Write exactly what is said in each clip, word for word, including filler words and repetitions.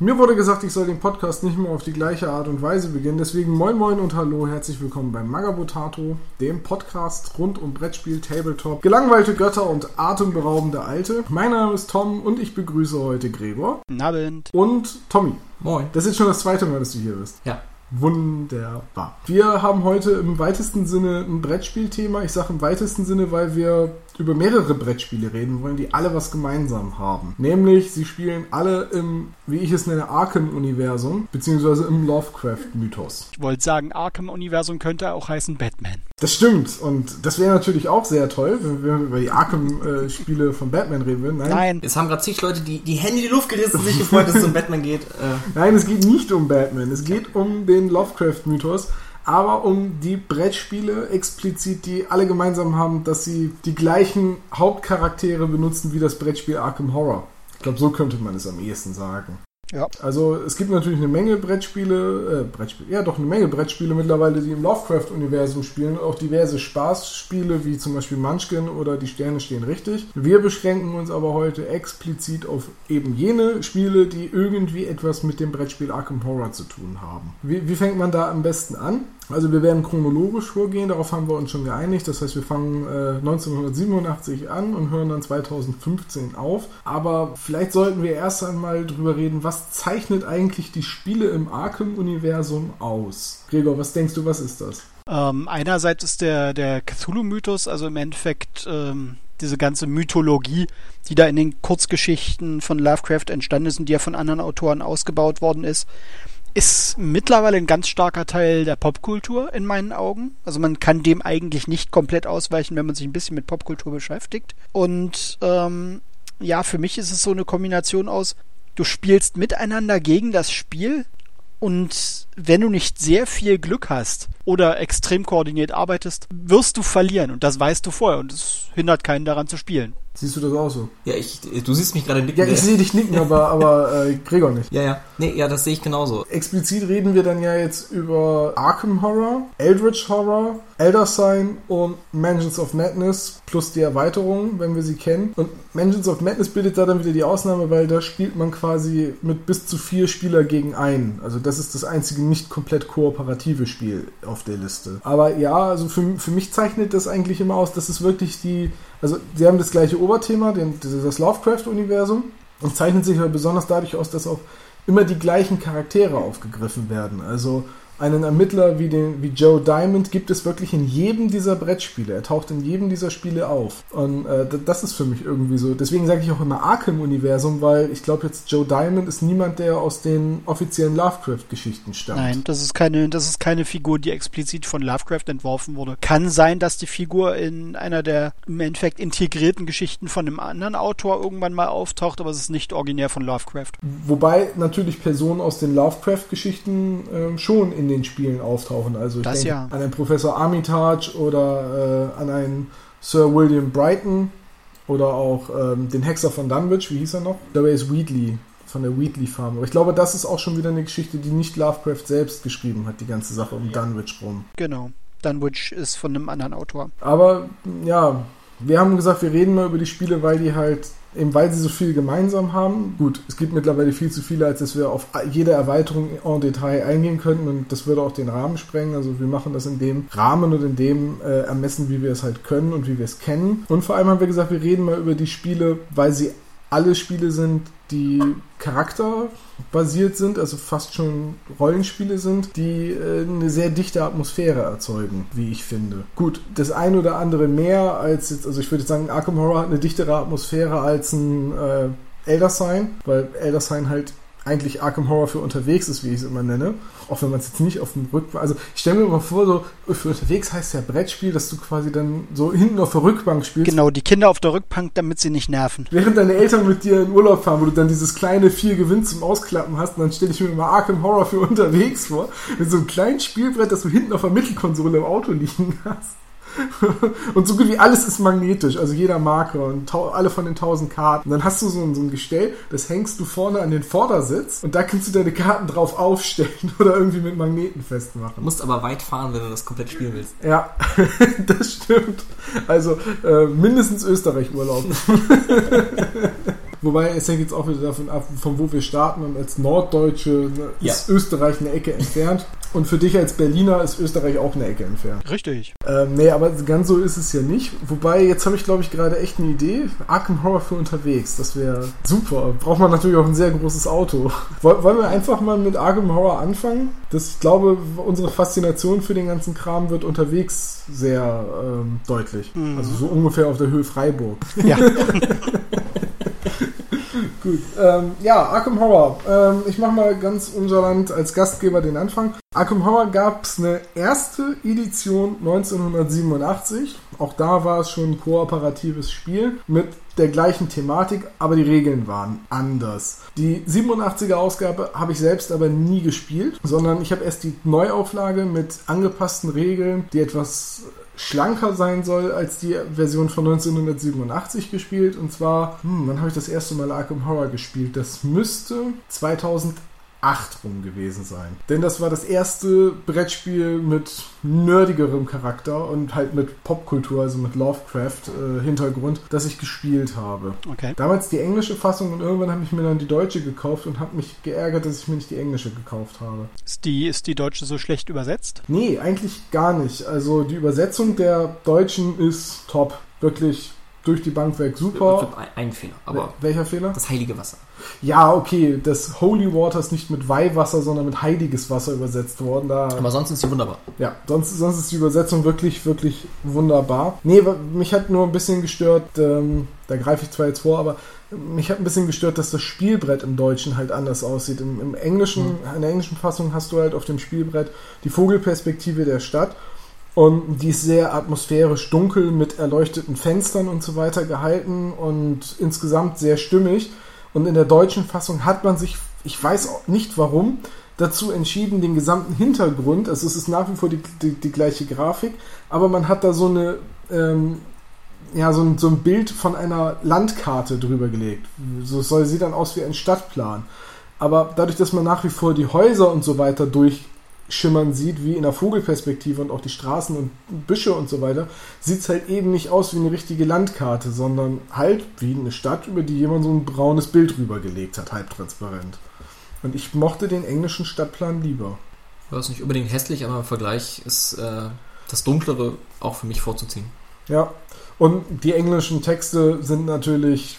Mir wurde gesagt, ich soll den Podcast nicht mehr auf die gleiche Art und Weise beginnen. Deswegen moin moin und hallo, herzlich willkommen beim Magabotato, dem Podcast rund um Brettspiel, Tabletop, gelangweilte Götter und atemberaubende Alte. Mein Name ist Tom und ich begrüße heute Gregor. Guten Abend. Und Tommy. Moin. Das ist jetzt schon das zweite Mal, dass du hier bist. Ja. Wunderbar. Wir haben heute im weitesten Sinne ein Brettspielthema. Ich sage im weitesten Sinne, weil wir über mehrere Brettspiele reden wollen, die alle was gemeinsam haben. Nämlich, sie spielen alle im, wie ich es nenne, Arkham-Universum, beziehungsweise im Lovecraft-Mythos. Ich wollte sagen, Arkham-Universum könnte auch heißen Batman. Das stimmt. Und das wäre natürlich auch sehr toll, wenn wir über die Arkham-Spiele von Batman reden würden. Nein. Nein. Es haben gerade zig Leute die, die Hände in die Luft gerissen, sich gefreut, dass es um Batman geht. Äh. Nein, es geht nicht um Batman. Es geht um den Lovecraft-Mythos. Aber um die Brettspiele explizit, die alle gemeinsam haben, dass sie die gleichen Hauptcharaktere benutzen wie das Brettspiel Arkham Horror. Ich glaube, so könnte man es am ehesten sagen. Ja. Also es gibt natürlich eine Menge Brettspiele, äh, Brettspiele, ja doch eine Menge Brettspiele mittlerweile, die im Lovecraft-Universum spielen. Auch diverse Spaßspiele, wie zum Beispiel Munchkin oder Die Sterne stehen richtig. Wir beschränken uns aber heute explizit auf eben jene Spiele, die irgendwie etwas mit dem Brettspiel Arkham Horror zu tun haben. Wie, wie fängt man da am besten an? Also wir werden chronologisch vorgehen, darauf haben wir uns schon geeinigt. Das heißt, wir fangen äh, neunzehnhundertsiebenundachtzig an und hören dann zweitausendfünfzehn auf. Aber vielleicht sollten wir erst einmal drüber reden, was zeichnet eigentlich die Spiele im Arkham-Universum aus? Gregor, was denkst du, was ist das? Ähm, einerseits ist der, der Cthulhu-Mythos, also im Endeffekt ähm, diese ganze Mythologie, die da in den Kurzgeschichten von Lovecraft entstanden ist und die ja von anderen Autoren ausgebaut worden ist, ist mittlerweile ein ganz starker Teil der Popkultur in meinen Augen. Also man kann dem eigentlich nicht komplett ausweichen, wenn man sich ein bisschen mit Popkultur beschäftigt. Und ähm, ja, für mich ist es so eine Kombination aus, du spielst miteinander gegen das Spiel und wenn du nicht sehr viel Glück hast oder extrem koordiniert arbeitest, wirst du verlieren und das weißt du vorher und es hindert keinen daran zu spielen. Siehst du das auch so? Ja, ich, du siehst mich gerade nicken. Ja, ich sehe dich nicken, aber, aber äh, Gregor nicht. Ja, ja. Nee, ja, das sehe ich genauso. Explizit reden wir dann ja jetzt über Arkham Horror, Eldritch Horror, Elder Sign und Mansions of Madness plus die Erweiterung, wenn wir sie kennen. Und Mansions of Madness bildet da dann wieder die Ausnahme, weil da spielt man quasi mit bis zu vier Spieler gegen einen. Also das ist das einzige nicht komplett kooperative Spiel auf der Liste. Aber ja, also für, für mich zeichnet das eigentlich immer aus, dass es wirklich die... Also sie haben das gleiche Oberthema, den, das Lovecraft-Universum, und zeichnet sich aber besonders dadurch aus, dass auch immer die gleichen Charaktere aufgegriffen werden. Also einen Ermittler wie, den, wie Joe Diamond gibt es wirklich in jedem dieser Brettspiele. Er taucht in jedem dieser Spiele auf. Und äh, das ist für mich irgendwie so. Deswegen sage ich auch immer Arkham-Universum, weil ich glaube jetzt Joe Diamond ist niemand, der aus den offiziellen Lovecraft-Geschichten stammt. Nein, das ist keine, das ist keine Figur, die explizit von Lovecraft entworfen wurde. Kann sein, dass die Figur in einer der im Endeffekt integrierten Geschichten von einem anderen Autor irgendwann mal auftaucht, aber es ist nicht originär von Lovecraft. Wobei natürlich Personen aus den Lovecraft-Geschichten äh, schon in den Spielen auftauchen. Also ich das denke ja. an einen Professor Armitage oder äh, an einen Sir William Brighton oder auch ähm, den Hexer von Dunwich, wie hieß er noch? Der ist Wheatley, von der Wheatley Farm. Aber ich glaube, das ist auch schon wieder eine Geschichte, die nicht Lovecraft selbst geschrieben hat, die ganze Sache um ja. Dunwich rum. Genau. Dunwich ist von einem anderen Autor. Aber ja, wir haben gesagt, wir reden mal über die Spiele, weil die halt eben weil sie so viel gemeinsam haben. Gut, es gibt mittlerweile viel zu viele, als dass wir auf jede Erweiterung en Detail eingehen könnten und das würde auch den Rahmen sprengen. Also wir machen das in dem Rahmen und in dem äh, Ermessen, wie wir es halt können und wie wir es kennen. Und vor allem haben wir gesagt, wir reden mal über die Spiele, weil sie alle Spiele sind, die charakterbasiert sind, also fast schon Rollenspiele sind, die äh, eine sehr dichte Atmosphäre erzeugen, wie ich finde. Gut, das eine oder andere mehr als jetzt, also ich würde sagen, Arkham Horror hat eine dichtere Atmosphäre als ein äh, Elder Sign, weil Elder Sign halt eigentlich Arkham Horror für unterwegs ist, wie ich es immer nenne. Auch wenn man es jetzt nicht auf dem Rückbank... Also ich stelle mir mal vor, so für unterwegs heißt ja Brettspiel, dass du quasi dann so hinten auf der Rückbank spielst. Genau, die Kinder auf der Rückbank, damit sie nicht nerven. Während deine Eltern mit dir in Urlaub fahren, wo du dann dieses kleine vier Gewinn zum Ausklappen hast, und dann stelle ich mir mal Arkham Horror für unterwegs vor, mit so einem kleinen Spielbrett, das du hinten auf der Mittelkonsole im Auto liegen hast. Und so gut wie alles ist magnetisch, also jeder Marker und tau- alle von den tausend Karten. Und dann hast du so ein, so ein Gestell, das hängst du vorne an den Vordersitz und da kannst du deine Karten drauf aufstellen oder irgendwie mit Magneten festmachen. Du musst aber weit fahren, wenn du das komplett spielen willst. Ja, das stimmt. Also äh, mindestens Österreich-Urlaub. Wobei es hängt jetzt auch wieder davon ab, von wo wir starten. Und als Norddeutsche ne, ist ja. Österreich eine Ecke entfernt. Und für dich als Berliner ist Österreich auch eine Ecke entfernt. Richtig. Ähm, nee, aber ganz so ist es ja nicht. Wobei, jetzt habe ich, glaube ich, gerade echt eine Idee. Arkham Horror für unterwegs. Das wäre super. Braucht man natürlich auch ein sehr großes Auto. Wollen wir einfach mal mit Arkham Horror anfangen? Das, ich glaube, unsere Faszination für den ganzen Kram wird unterwegs sehr ähm, deutlich. Mhm. Also so ungefähr auf der Höhe Freiburg. Ja. Gut. Ähm, ja, Arkham Horror. Ähm, ich mache mal ganz ungalant als Gastgeber den Anfang. Arkham Horror gab es eine erste Edition neunzehnhundertsiebenundachtzig. Auch da war es schon ein kooperatives Spiel mit der gleichen Thematik, aber die Regeln waren anders. Die siebenundachtziger Ausgabe habe ich selbst aber nie gespielt, sondern ich habe erst die Neuauflage mit angepassten Regeln, die etwas schlanker sein soll als die Version von neunzehnhundertsiebenundachtzig gespielt. Und zwar, hm, wann habe ich das erste Mal Arkham Horror gespielt? Das müsste zweitausendacht rum gewesen sein. Denn das war das erste Brettspiel mit nerdigerem Charakter und halt mit Popkultur, also mit Lovecraft-Hintergrund, äh, das ich gespielt habe. Okay. Damals die englische Fassung und irgendwann habe ich mir dann die deutsche gekauft und habe mich geärgert, dass ich mir nicht die englische gekauft habe. Ist die, ist die deutsche so schlecht übersetzt? Nee, eigentlich gar nicht. Also die Übersetzung der deutschen ist top. Wirklich durch die Bank weg super. Ein Fehler. Aber welcher Fehler? Das heilige Wasser. Ja, okay. Das Holy Water ist nicht mit Weihwasser, sondern mit heiliges Wasser übersetzt worden. Da, aber sonst ist sie wunderbar. Ja, sonst, sonst ist die Übersetzung wirklich, wirklich wunderbar. Nee, mich hat nur ein bisschen gestört, ähm, da greife ich zwar jetzt vor, aber mich hat ein bisschen gestört, dass das Spielbrett im Deutschen halt anders aussieht. Im, im Englischen, mhm. in der englischen Fassung hast du halt auf dem Spielbrett die Vogelperspektive der Stadt. Und die ist sehr atmosphärisch dunkel mit erleuchteten Fenstern und so weiter gehalten und insgesamt sehr stimmig. Und in der deutschen Fassung hat man sich, ich weiß auch nicht warum, dazu entschieden, den gesamten Hintergrund, also es ist nach wie vor die, die, die gleiche Grafik, aber man hat da so eine, ähm, ja, so ein, so ein Bild von einer Landkarte drüber gelegt. So soll sieht dann aus wie ein Stadtplan. Aber dadurch, dass man nach wie vor die Häuser und so weiter durch schimmern sieht, wie in der Vogelperspektive und auch die Straßen und Büsche und so weiter, sieht es halt eben nicht aus wie eine richtige Landkarte, sondern halt wie eine Stadt, über die jemand so ein braunes Bild rübergelegt hat, halbtransparent. Und ich mochte den englischen Stadtplan lieber. Das ist nicht unbedingt hässlich, aber im Vergleich ist äh, das Dunklere auch für mich vorzuziehen. Ja, und die englischen Texte sind natürlich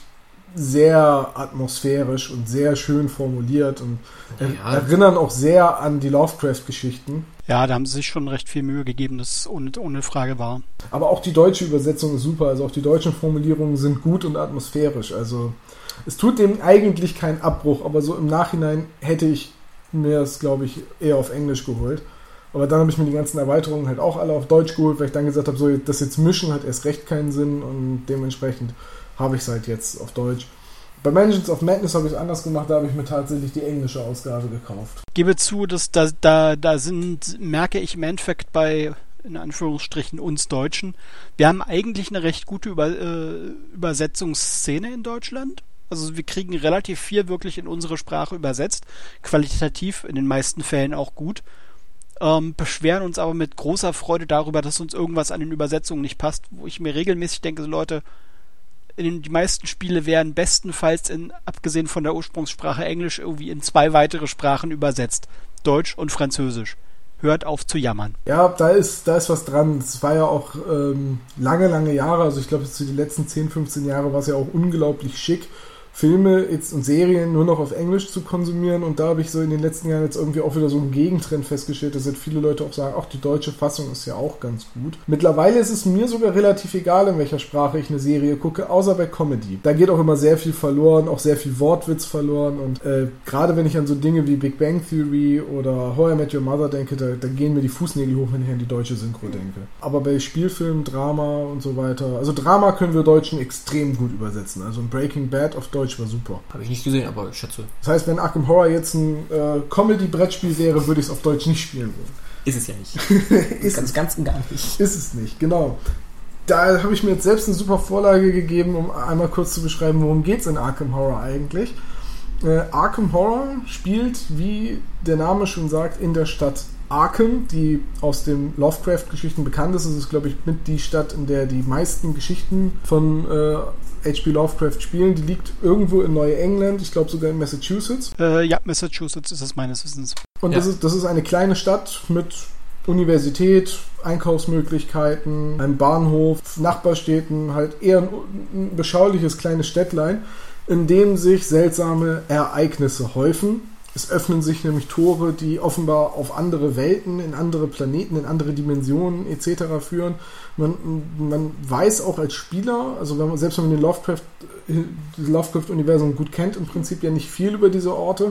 sehr atmosphärisch und sehr schön formuliert und ja. erinnern auch sehr an die Lovecraft-Geschichten. Ja, da haben sie sich schon recht viel Mühe gegeben, das ohne, ohne Frage war. Aber auch die deutsche Übersetzung ist super, also auch die deutschen Formulierungen sind gut und atmosphärisch. Also es tut dem eigentlich keinen Abbruch, aber so im Nachhinein hätte ich mir das, glaube ich, eher auf Englisch geholt. Aber dann habe ich mir die ganzen Erweiterungen halt auch alle auf Deutsch geholt, weil ich dann gesagt habe, so das jetzt mischen hat erst recht keinen Sinn und dementsprechend habe ich es halt jetzt auf Deutsch. Bei Mansions of Madness habe ich es anders gemacht, da habe ich mir tatsächlich die englische Ausgabe gekauft. Gebe zu, dass da, da, da sind, merke ich im Endeffekt bei, in Anführungsstrichen, uns Deutschen, wir haben eigentlich eine recht gute Über, äh, Übersetzungsszene in Deutschland. Also wir kriegen relativ viel wirklich in unsere Sprache übersetzt, qualitativ in den meisten Fällen auch gut. Ähm, beschweren uns aber mit großer Freude darüber, dass uns irgendwas an den Übersetzungen nicht passt, wo ich mir regelmäßig denke, so Leute, in den, die meisten Spiele werden bestenfalls in, abgesehen von der Ursprungssprache Englisch, irgendwie in zwei weitere Sprachen übersetzt. Deutsch und Französisch. Hört auf zu jammern. Ja, da ist, da ist was dran. Es war ja auch ähm, lange, lange Jahre, also ich glaube, zu die letzten zehn, fünfzehn Jahre war es ja auch unglaublich schick, Filme jetzt und Serien nur noch auf Englisch zu konsumieren und da habe ich so in den letzten Jahren jetzt irgendwie auch wieder so einen Gegentrend festgestellt, dass jetzt viele Leute auch sagen, ach, die deutsche Fassung ist ja auch ganz gut. Mittlerweile ist es mir sogar relativ egal, in welcher Sprache ich eine Serie gucke, außer bei Comedy. Da geht auch immer sehr viel verloren, auch sehr viel Wortwitz verloren und äh, gerade wenn ich an so Dinge wie Big Bang Theory oder How I Met Your Mother denke, da, da gehen mir die Fußnägel hoch, wenn ich an die deutsche Synchro denke. Aber bei Spielfilmen, Drama und so weiter, also Drama können wir Deutschen extrem gut übersetzen. Also ein Breaking Bad auf Deutsch war super. Habe ich nicht gesehen, aber ich schätze. Das heißt, wenn Arkham Horror jetzt ein äh, Comedy-Brettspiel wäre, würde ich es auf Deutsch nicht spielen wollen. Ist es ja nicht. ist ganz, es ganz und gar nicht. Ist es nicht, genau. Da habe ich mir jetzt selbst eine super Vorlage gegeben, um einmal kurz zu beschreiben, worum geht es in Arkham Horror eigentlich. Äh, Arkham Horror spielt, wie der Name schon sagt, in der Stadt Arkham, die aus den Lovecraft-Geschichten bekannt ist. Das ist, glaube ich, mit die Stadt, in der die meisten Geschichten von äh, H P Lovecraft spielen. Die liegt irgendwo in Neuengland, ich glaube sogar in Massachusetts. Äh, ja, Massachusetts ist es meines Wissens. Und ja. das ist, das ist eine kleine Stadt mit Universität, Einkaufsmöglichkeiten, einem Bahnhof, Nachbarstädten, halt eher ein, ein beschauliches kleines Städtlein, in dem sich seltsame Ereignisse häufen. Es öffnen sich nämlich Tore, die offenbar auf andere Welten, in andere Planeten, in andere Dimensionen et cetera führen. Man, man weiß auch als Spieler, also wenn man, selbst wenn man den Lovecraft, das Lovecraft-Universum gut kennt, im Prinzip ja nicht viel über diese Orte.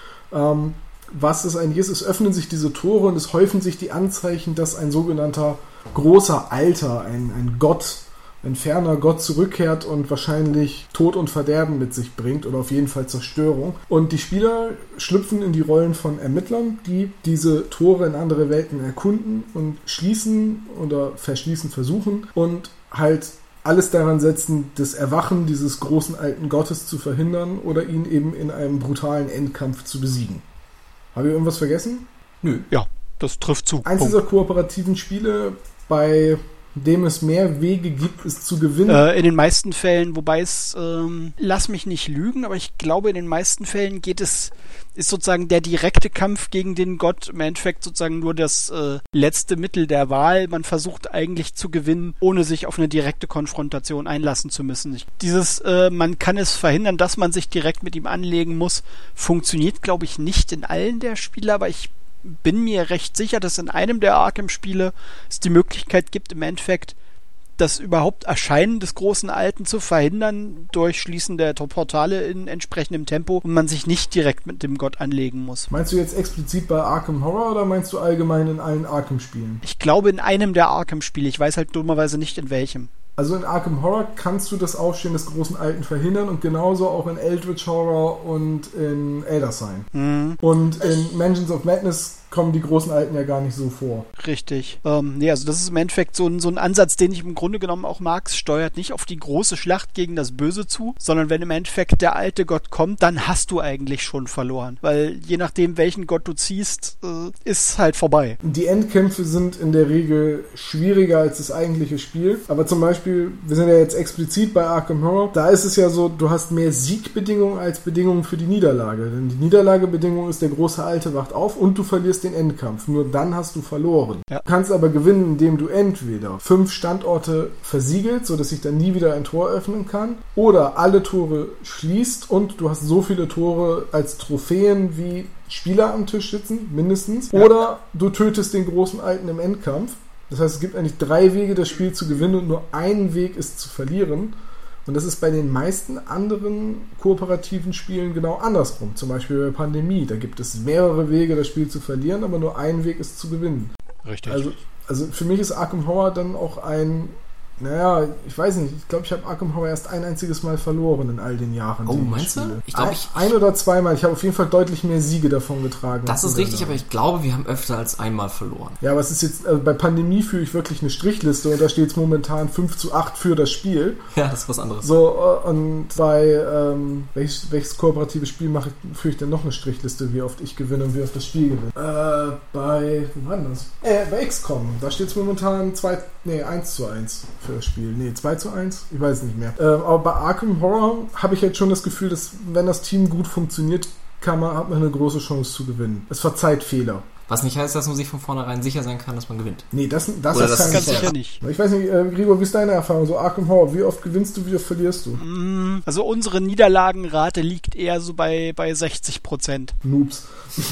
Ähm, was es eigentlich ist, es öffnen sich diese Tore und es häufen sich die Anzeichen, dass ein sogenannter großer Alter, ein, ein Gott, ein ferner Gott zurückkehrt und wahrscheinlich Tod und Verderben mit sich bringt oder auf jeden Fall Zerstörung. Und die Spieler schlüpfen in die Rollen von Ermittlern, die diese Tore in andere Welten erkunden und schließen oder verschließen versuchen und halt alles daran setzen, das Erwachen dieses großen alten Gottes zu verhindern oder ihn eben in einem brutalen Endkampf zu besiegen. Habe ich irgendwas vergessen? Nö. Ja, das trifft zu. Eins dieser kooperativen Spiele, bei dem es mehr Wege gibt, es zu gewinnen. Äh, in den meisten Fällen, wobei es, ähm, lass mich nicht lügen, aber ich glaube, in den meisten Fällen geht es, ist sozusagen der direkte Kampf gegen den Gott im Endeffekt sozusagen nur das äh, letzte Mittel der Wahl. Man versucht eigentlich zu gewinnen, ohne sich auf eine direkte Konfrontation einlassen zu müssen. Ich, dieses, äh, man kann es verhindern, dass man sich direkt mit ihm anlegen muss, funktioniert, glaube ich, nicht in allen der Spiele, aber ich bin mir recht sicher, dass in einem der Arkham-Spiele es die Möglichkeit gibt, im Endeffekt das überhaupt Erscheinen des großen Alten zu verhindern durch Schließen der Portale in entsprechendem Tempo und man sich nicht direkt mit dem Gott anlegen muss. Meinst du jetzt explizit bei Arkham Horror oder meinst du allgemein in allen Arkham-Spielen? Ich glaube in einem der Arkham-Spiele, ich weiß halt dummerweise nicht in welchem. Also in Arkham Horror kannst du das Aufstehen des großen Alten verhindern und genauso auch in Eldritch Horror und in Elder Sign. Mhm. Und in Mansions of Madness kommen die großen Alten ja gar nicht so vor. Richtig. Ähm, nee, also das ist im Endeffekt so ein, so ein Ansatz, den ich im Grunde genommen auch mag. Es steuert nicht auf die große Schlacht gegen das Böse zu, sondern wenn im Endeffekt der alte Gott kommt, dann hast du eigentlich schon verloren. Weil je nachdem, welchen Gott du ziehst, äh, ist halt vorbei. Die Endkämpfe sind in der Regel schwieriger als das eigentliche Spiel. Aber zum Beispiel, wir sind ja jetzt explizit bei Arkham Horror, da ist es ja so, du hast mehr Siegbedingungen als Bedingungen für die Niederlage. Denn die Niederlagebedingung ist, der große Alte wacht auf und du verlierst den Endkampf. Nur dann hast du verloren. Ja. Du kannst aber gewinnen, indem du entweder fünf Standorte versiegelst, sodass sich dann nie wieder ein Tor öffnen kann, oder alle Tore schließt und du hast so viele Tore als Trophäen wie Spieler am Tisch sitzen, mindestens. Ja. Oder du tötest den großen Alten im Endkampf. Das heißt, es gibt eigentlich drei Wege, das Spiel zu gewinnen und nur ein Weg ist zu verlieren. Und das ist bei den meisten anderen kooperativen Spielen genau andersrum. Zum Beispiel bei Pandemie. Da gibt es mehrere Wege, das Spiel zu verlieren, aber nur ein Weg ist zu gewinnen. Richtig. Also, also für mich ist Arkham Horror dann auch ein... Naja, ich weiß nicht. Ich glaube, ich habe Arkham Horror erst ein einziges Mal verloren in all den Jahren. Oh, meinst du? Ich glaube, ich... Ein oder zweimal. Ich habe auf jeden Fall deutlich mehr Siege davon getragen. Das ist richtig, aber ich glaube, wir haben öfter als einmal verloren. Ja, aber es ist jetzt... Also bei Pandemie führe ich wirklich eine Strichliste und da steht es momentan fünf zu acht für das Spiel. Ja, das ist was anderes. So, und bei... Ähm, welches, welches kooperatives Spiel mache ich, führe ich denn noch eine Strichliste, wie oft ich gewinne und wie oft das Spiel gewinnt? Äh, bei... Wo war denn das? Äh, bei X COM. Da steht es momentan zwei... Nee, eins zu eins für das Spiel. Nee, zwei zu eins? Ich weiß nicht mehr. Ähm, aber bei Arkham Horror habe ich jetzt schon das Gefühl, dass wenn das Team gut funktioniert, kann man, hat man eine große Chance zu gewinnen. Es verzeiht Fehler. Was nicht heißt, dass man sich von vornherein sicher sein kann, dass man gewinnt. Nee, das, das, Oder das, das kann ganz ich sicher nicht. Ich weiß nicht, äh, Gregor, wie ist deine Erfahrung? So Arkham Horror, wie oft gewinnst du, wie oft verlierst du? Also unsere Niederlagenrate liegt eher so bei, bei sechzig Prozent. Noobs.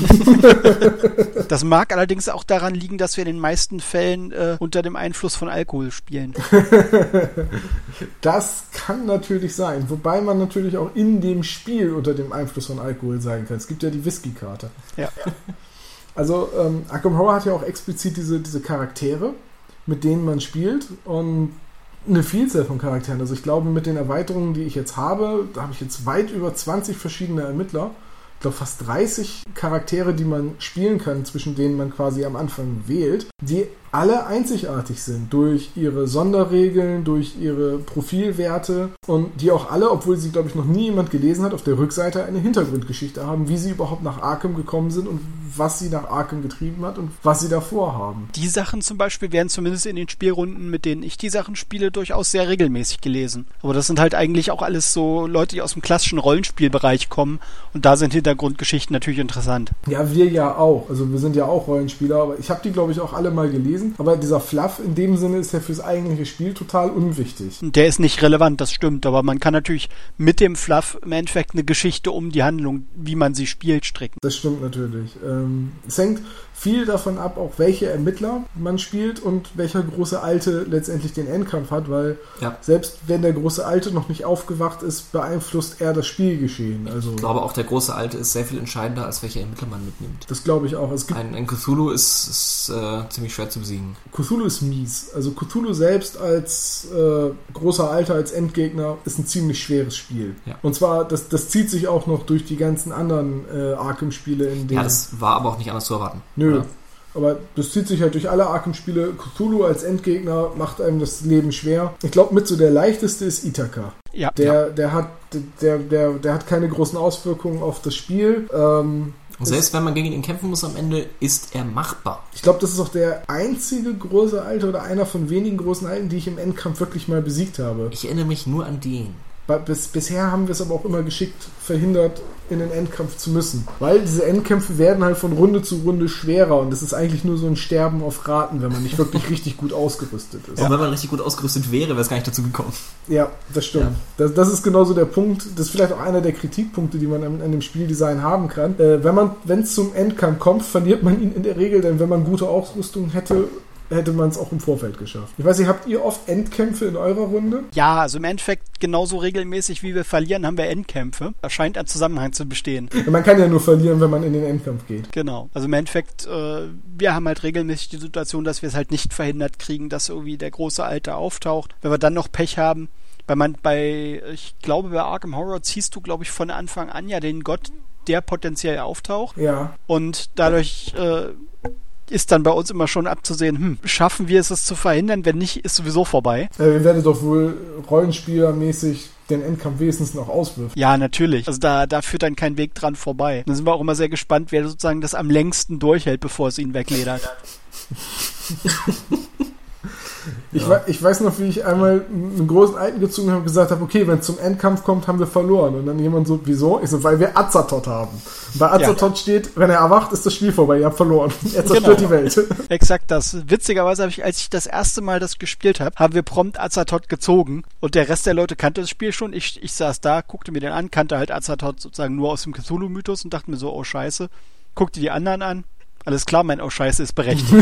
Das mag allerdings auch daran liegen, dass wir in den meisten Fällen äh, unter dem Einfluss von Alkohol spielen. Das kann natürlich sein. Wobei man natürlich auch in dem Spiel unter dem Einfluss von Alkohol sein kann. Es gibt ja die Whisky-Karte. Ja. Also ähm, Arkham Horror hat ja auch explizit diese, diese Charaktere, mit denen man spielt und eine Vielzahl von Charakteren. Also ich glaube, mit den Erweiterungen, die ich jetzt habe, da habe ich jetzt weit über zwanzig verschiedene Ermittler. Ich glaube, fast dreißig Charaktere, die man spielen kann, zwischen denen man quasi am Anfang wählt, die alle einzigartig sind durch ihre Sonderregeln, durch ihre Profilwerte und die auch alle, obwohl sie, glaube ich, noch nie jemand gelesen hat, auf der Rückseite eine Hintergrundgeschichte haben, wie sie überhaupt nach Arkham gekommen sind und was sie nach Arkham getrieben hat und was sie davor haben. Die Sachen zum Beispiel werden zumindest in den Spielrunden, mit denen ich die Sachen spiele, durchaus sehr regelmäßig gelesen. Aber das sind halt eigentlich auch alles so Leute, die aus dem klassischen Rollenspielbereich kommen und da sind Hintergrundgeschichten natürlich interessant. Ja, wir ja auch. Also wir sind ja auch Rollenspieler, aber ich habe die, glaube ich, auch alle mal gelesen. Aber dieser Fluff in dem Sinne ist ja fürs eigentliche Spiel total unwichtig. Der ist nicht relevant, das stimmt, aber man kann natürlich mit dem Fluff im Endeffekt eine Geschichte um die Handlung, wie man sie spielt, stricken. Das stimmt natürlich. Ähm, es hängt viel davon ab, auch welche Ermittler man spielt und welcher große Alte letztendlich den Endkampf hat, weil ja. selbst wenn der große Alte noch nicht aufgewacht ist, beeinflusst er das Spielgeschehen. Also, ich glaube auch, der große Alte ist sehr viel entscheidender, als welche Ermittler man mitnimmt. Das glaube ich auch. Es gibt ein, ein Cthulhu ist, ist äh, ziemlich schwer zu besiegen. Cthulhu ist mies. Also Cthulhu selbst als äh, großer Alter, als Endgegner ist ein ziemlich schweres Spiel. Ja. Und zwar, das, das zieht sich auch noch durch die ganzen anderen äh, Arkham-Spiele. In denen ja, das war aber auch nicht anders zu erwarten. Nö. Oder? Aber das zieht sich halt durch alle Arkham-Spiele. Cthulhu als Endgegner macht einem das Leben schwer. Ich glaube, mit so der leichteste ist Ithaka. Ja. Der, ja. der, hat, der, der, der hat keine großen Auswirkungen auf das Spiel. Ähm, Und selbst wenn man gegen ihn kämpfen muss am Ende, ist er machbar. Ich glaube, das ist auch der einzige große Alte oder einer von wenigen großen Alten, die ich im Endkampf wirklich mal besiegt habe. Ich erinnere mich nur an den. Bis, bisher haben wir es aber auch immer geschickt verhindert, in den Endkampf zu müssen. Weil diese Endkämpfe werden halt von Runde zu Runde schwerer und es ist eigentlich nur so ein Sterben auf Raten, wenn man nicht wirklich richtig gut ausgerüstet ist. Und ja. wenn man richtig gut ausgerüstet wäre, wäre es gar nicht dazu gekommen. Ja, das stimmt. Ja. Das, das ist genauso der Punkt, das ist vielleicht auch einer der Kritikpunkte, die man an, an dem Spieldesign haben kann. Äh, wenn man, wenn es zum Endkampf kommt, verliert man ihn in der Regel, denn wenn man gute Ausrüstung hätte, hätte man es auch im Vorfeld geschafft. Ich weiß nicht, habt ihr oft Endkämpfe in eurer Runde? Ja, also im Endeffekt genauso regelmäßig wie wir verlieren, haben wir Endkämpfe. Da scheint ein Zusammenhang zu bestehen. Ja, man kann ja nur verlieren, wenn man in den Endkampf geht. Genau. Also im Endeffekt, äh, wir haben halt regelmäßig die Situation, dass wir es halt nicht verhindert kriegen, dass irgendwie der große Alte auftaucht. Wenn wir dann noch Pech haben, weil man bei, ich glaube bei Arkham Horror ziehst du, glaube ich, von Anfang an ja den Gott, der potenziell auftaucht. Ja. Und dadurch äh, ist dann bei uns immer schon abzusehen, hm, schaffen wir es, es zu verhindern? Wenn nicht, ist sowieso vorbei. Äh, ihr werdet doch wohl rollenspielermäßig den Endkampf wenigstens noch auswirft. Ja, natürlich. Also da, da führt dann kein Weg dran vorbei. Dann sind wir auch immer sehr gespannt, wer sozusagen das am längsten durchhält, bevor es ihn wegledert. Ich, ja. we- ich weiß noch, wie ich einmal einen großen Alten gezogen habe und gesagt habe, okay, wenn es zum Endkampf kommt, haben wir verloren. Und dann jemand so, wieso? Ich so, weil wir Azathoth haben. Und bei Azathoth ja. steht, wenn er erwacht, ist das Spiel vorbei, ihr habt verloren. Er zerstört genau. die Welt. Exakt das. Witzigerweise habe ich, als ich das erste Mal das gespielt habe, haben wir prompt Azathoth gezogen und der Rest der Leute kannte das Spiel schon. Ich, ich saß da, guckte mir den an, kannte halt Azathoth sozusagen nur aus dem Cthulhu-Mythos und dachte mir so, oh scheiße. Guckte die anderen an. Alles klar, mein Oh Scheiße ist berechtigt.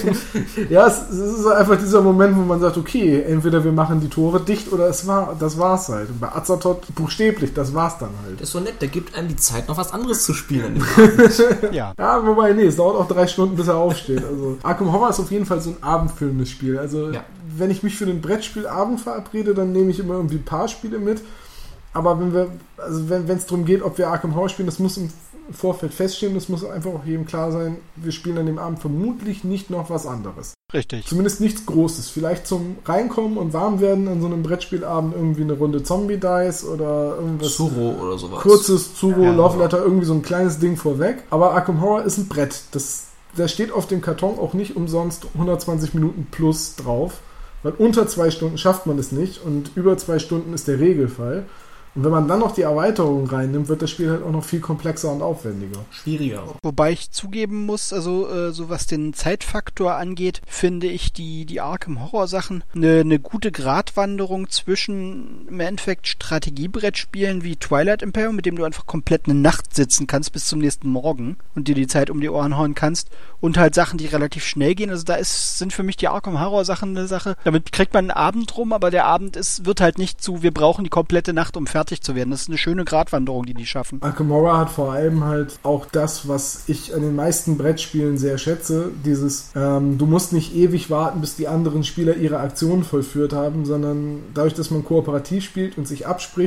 Ja, es, es ist einfach dieser Moment, wo man sagt, okay, entweder wir machen die Tore dicht oder es war, das war's halt. Und bei Azathoth buchstäblich, das war's dann halt. Das ist so nett, der gibt einem die Zeit, noch was anderes zu spielen an dem Abend. Ja. Ja, wobei, nee, es dauert auch drei Stunden, bis er aufsteht. Also Arkham Horror ist auf jeden Fall so ein abendfüllendes Spiel. Also ja. wenn ich mich für den Brettspielabend verabrede, dann nehme ich immer irgendwie ein paar Spiele mit. Aber wenn wir, also wenn es darum geht, ob wir Arkham Horror spielen, das muss im Vorfeld feststehen, das muss einfach auch jedem klar sein, wir spielen an dem Abend vermutlich nicht noch was anderes. Richtig. Zumindest nichts Großes. Vielleicht zum Reinkommen und Warmwerden an so einem Brettspielabend irgendwie eine Runde Zombie-Dice oder irgendwas. Zuro oder sowas. Kurzes Zuro, ja, Love Letter, irgendwie so ein kleines Ding vorweg. Aber Arkham Horror ist ein Brett. Das, da steht auf dem Karton auch nicht umsonst hundertzwanzig Minuten plus drauf, weil unter zwei Stunden schafft man es nicht und über zwei Stunden ist der Regelfall. Und wenn man dann noch die Erweiterung reinnimmt, wird das Spiel halt auch noch viel komplexer und aufwendiger. Schwieriger. Wobei ich zugeben muss, also äh, so was den Zeitfaktor angeht, finde ich die, die Arkham Horror Sachen eine, eine gute Gratwanderung zwischen im Endeffekt Strategiebrettspielen wie Twilight Imperium, mit dem du einfach komplett eine Nacht sitzen kannst bis zum nächsten Morgen und dir die Zeit um die Ohren hauen kannst und halt Sachen, die relativ schnell gehen. Also da ist, sind für mich die Arkham Horror Sachen eine Sache. Damit kriegt man einen Abend rum, aber der Abend ist, wird halt nicht zu, wir brauchen die komplette Nacht, um fertig zu werden. Das ist eine schöne Gratwanderung, die die schaffen. Arkham Horror hat vor allem halt auch das, was ich an den meisten Brettspielen sehr schätze, dieses, ähm, du musst nicht ewig warten, bis die anderen Spieler ihre Aktionen vollführt haben, sondern dadurch, dass man kooperativ spielt und sich abspricht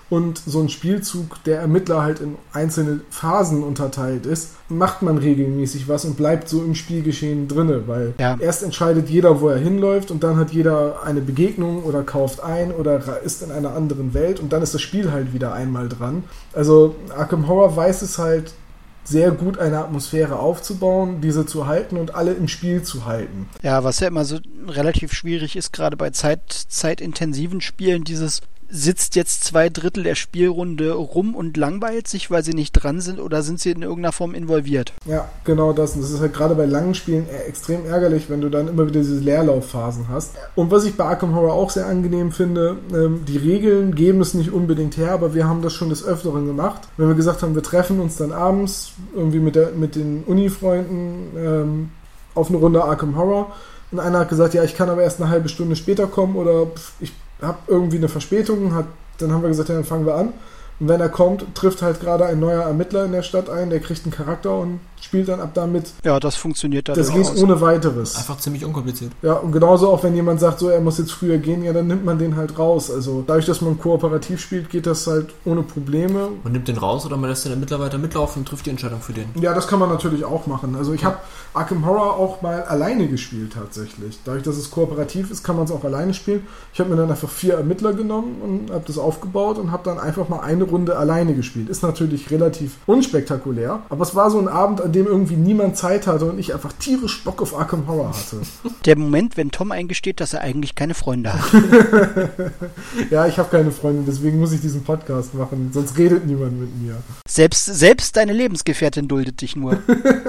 und so ein Spielzug, der Ermittler halt in einzelne Phasen unterteilt ist, macht man regelmäßig was und bleibt so im Spielgeschehen drinne, weil ja. erst entscheidet jeder, wo er hinläuft und dann hat jeder eine Begegnung oder kauft ein oder ist in einer anderen Welt und dann ist das Spiel halt wieder einmal dran. Also Arkham Horror weiß es halt sehr gut, eine Atmosphäre aufzubauen, diese zu halten und alle im Spiel zu halten. Ja, was ja immer so relativ schwierig ist, gerade bei Zeit, zeitintensiven Spielen, dieses sitzt jetzt zwei Drittel der Spielrunde rum und langweilt sich, weil sie nicht dran sind, oder sind sie in irgendeiner Form involviert? Ja, genau das. Und das ist halt gerade bei langen Spielen extrem ärgerlich, wenn du dann immer wieder diese Leerlaufphasen hast. Und was ich bei Arkham Horror auch sehr angenehm finde, ähm, die Regeln geben es nicht unbedingt her, aber wir haben das schon des Öfteren gemacht. Wenn wir gesagt haben, wir treffen uns dann abends irgendwie mit, der, mit den Uni-Freunden ähm, auf eine Runde Arkham Horror und einer hat gesagt, ja, ich kann aber erst eine halbe Stunde später kommen oder ich habe irgendwie eine Verspätung, hat, dann haben wir gesagt, ja, dann fangen wir an. Und wenn er kommt, trifft halt gerade ein neuer Ermittler in der Stadt ein, der kriegt einen Charakter und spielt dann ab damit. Ja, das funktioniert dann. Das geht aus. Ohne weiteres. Einfach ziemlich unkompliziert. Ja, und genauso auch, wenn jemand sagt, so, er muss jetzt früher gehen, ja, dann nimmt man den halt raus. Also dadurch, dass man kooperativ spielt, geht das halt ohne Probleme. Man nimmt den raus oder man lässt den Ermittler weiter mitlaufen und trifft die Entscheidung für den. Ja, das kann man natürlich auch machen. Also ich habe Arkham Horror auch mal alleine gespielt tatsächlich. Dadurch, dass es kooperativ ist, kann man es auch alleine spielen. Ich habe mir dann einfach vier Ermittler genommen und habe das aufgebaut und habe dann einfach mal eine Runde alleine gespielt. Ist natürlich relativ unspektakulär, aber es war so ein Abend, an dem irgendwie niemand Zeit hatte und ich einfach tierisch Bock auf Arkham Horror hatte. Der Moment, wenn Tom eingesteht, dass er eigentlich keine Freunde hat. Ja, ich habe keine Freunde, deswegen muss ich diesen Podcast machen, sonst redet niemand mit mir. Selbst, selbst deine Lebensgefährtin duldet dich nur.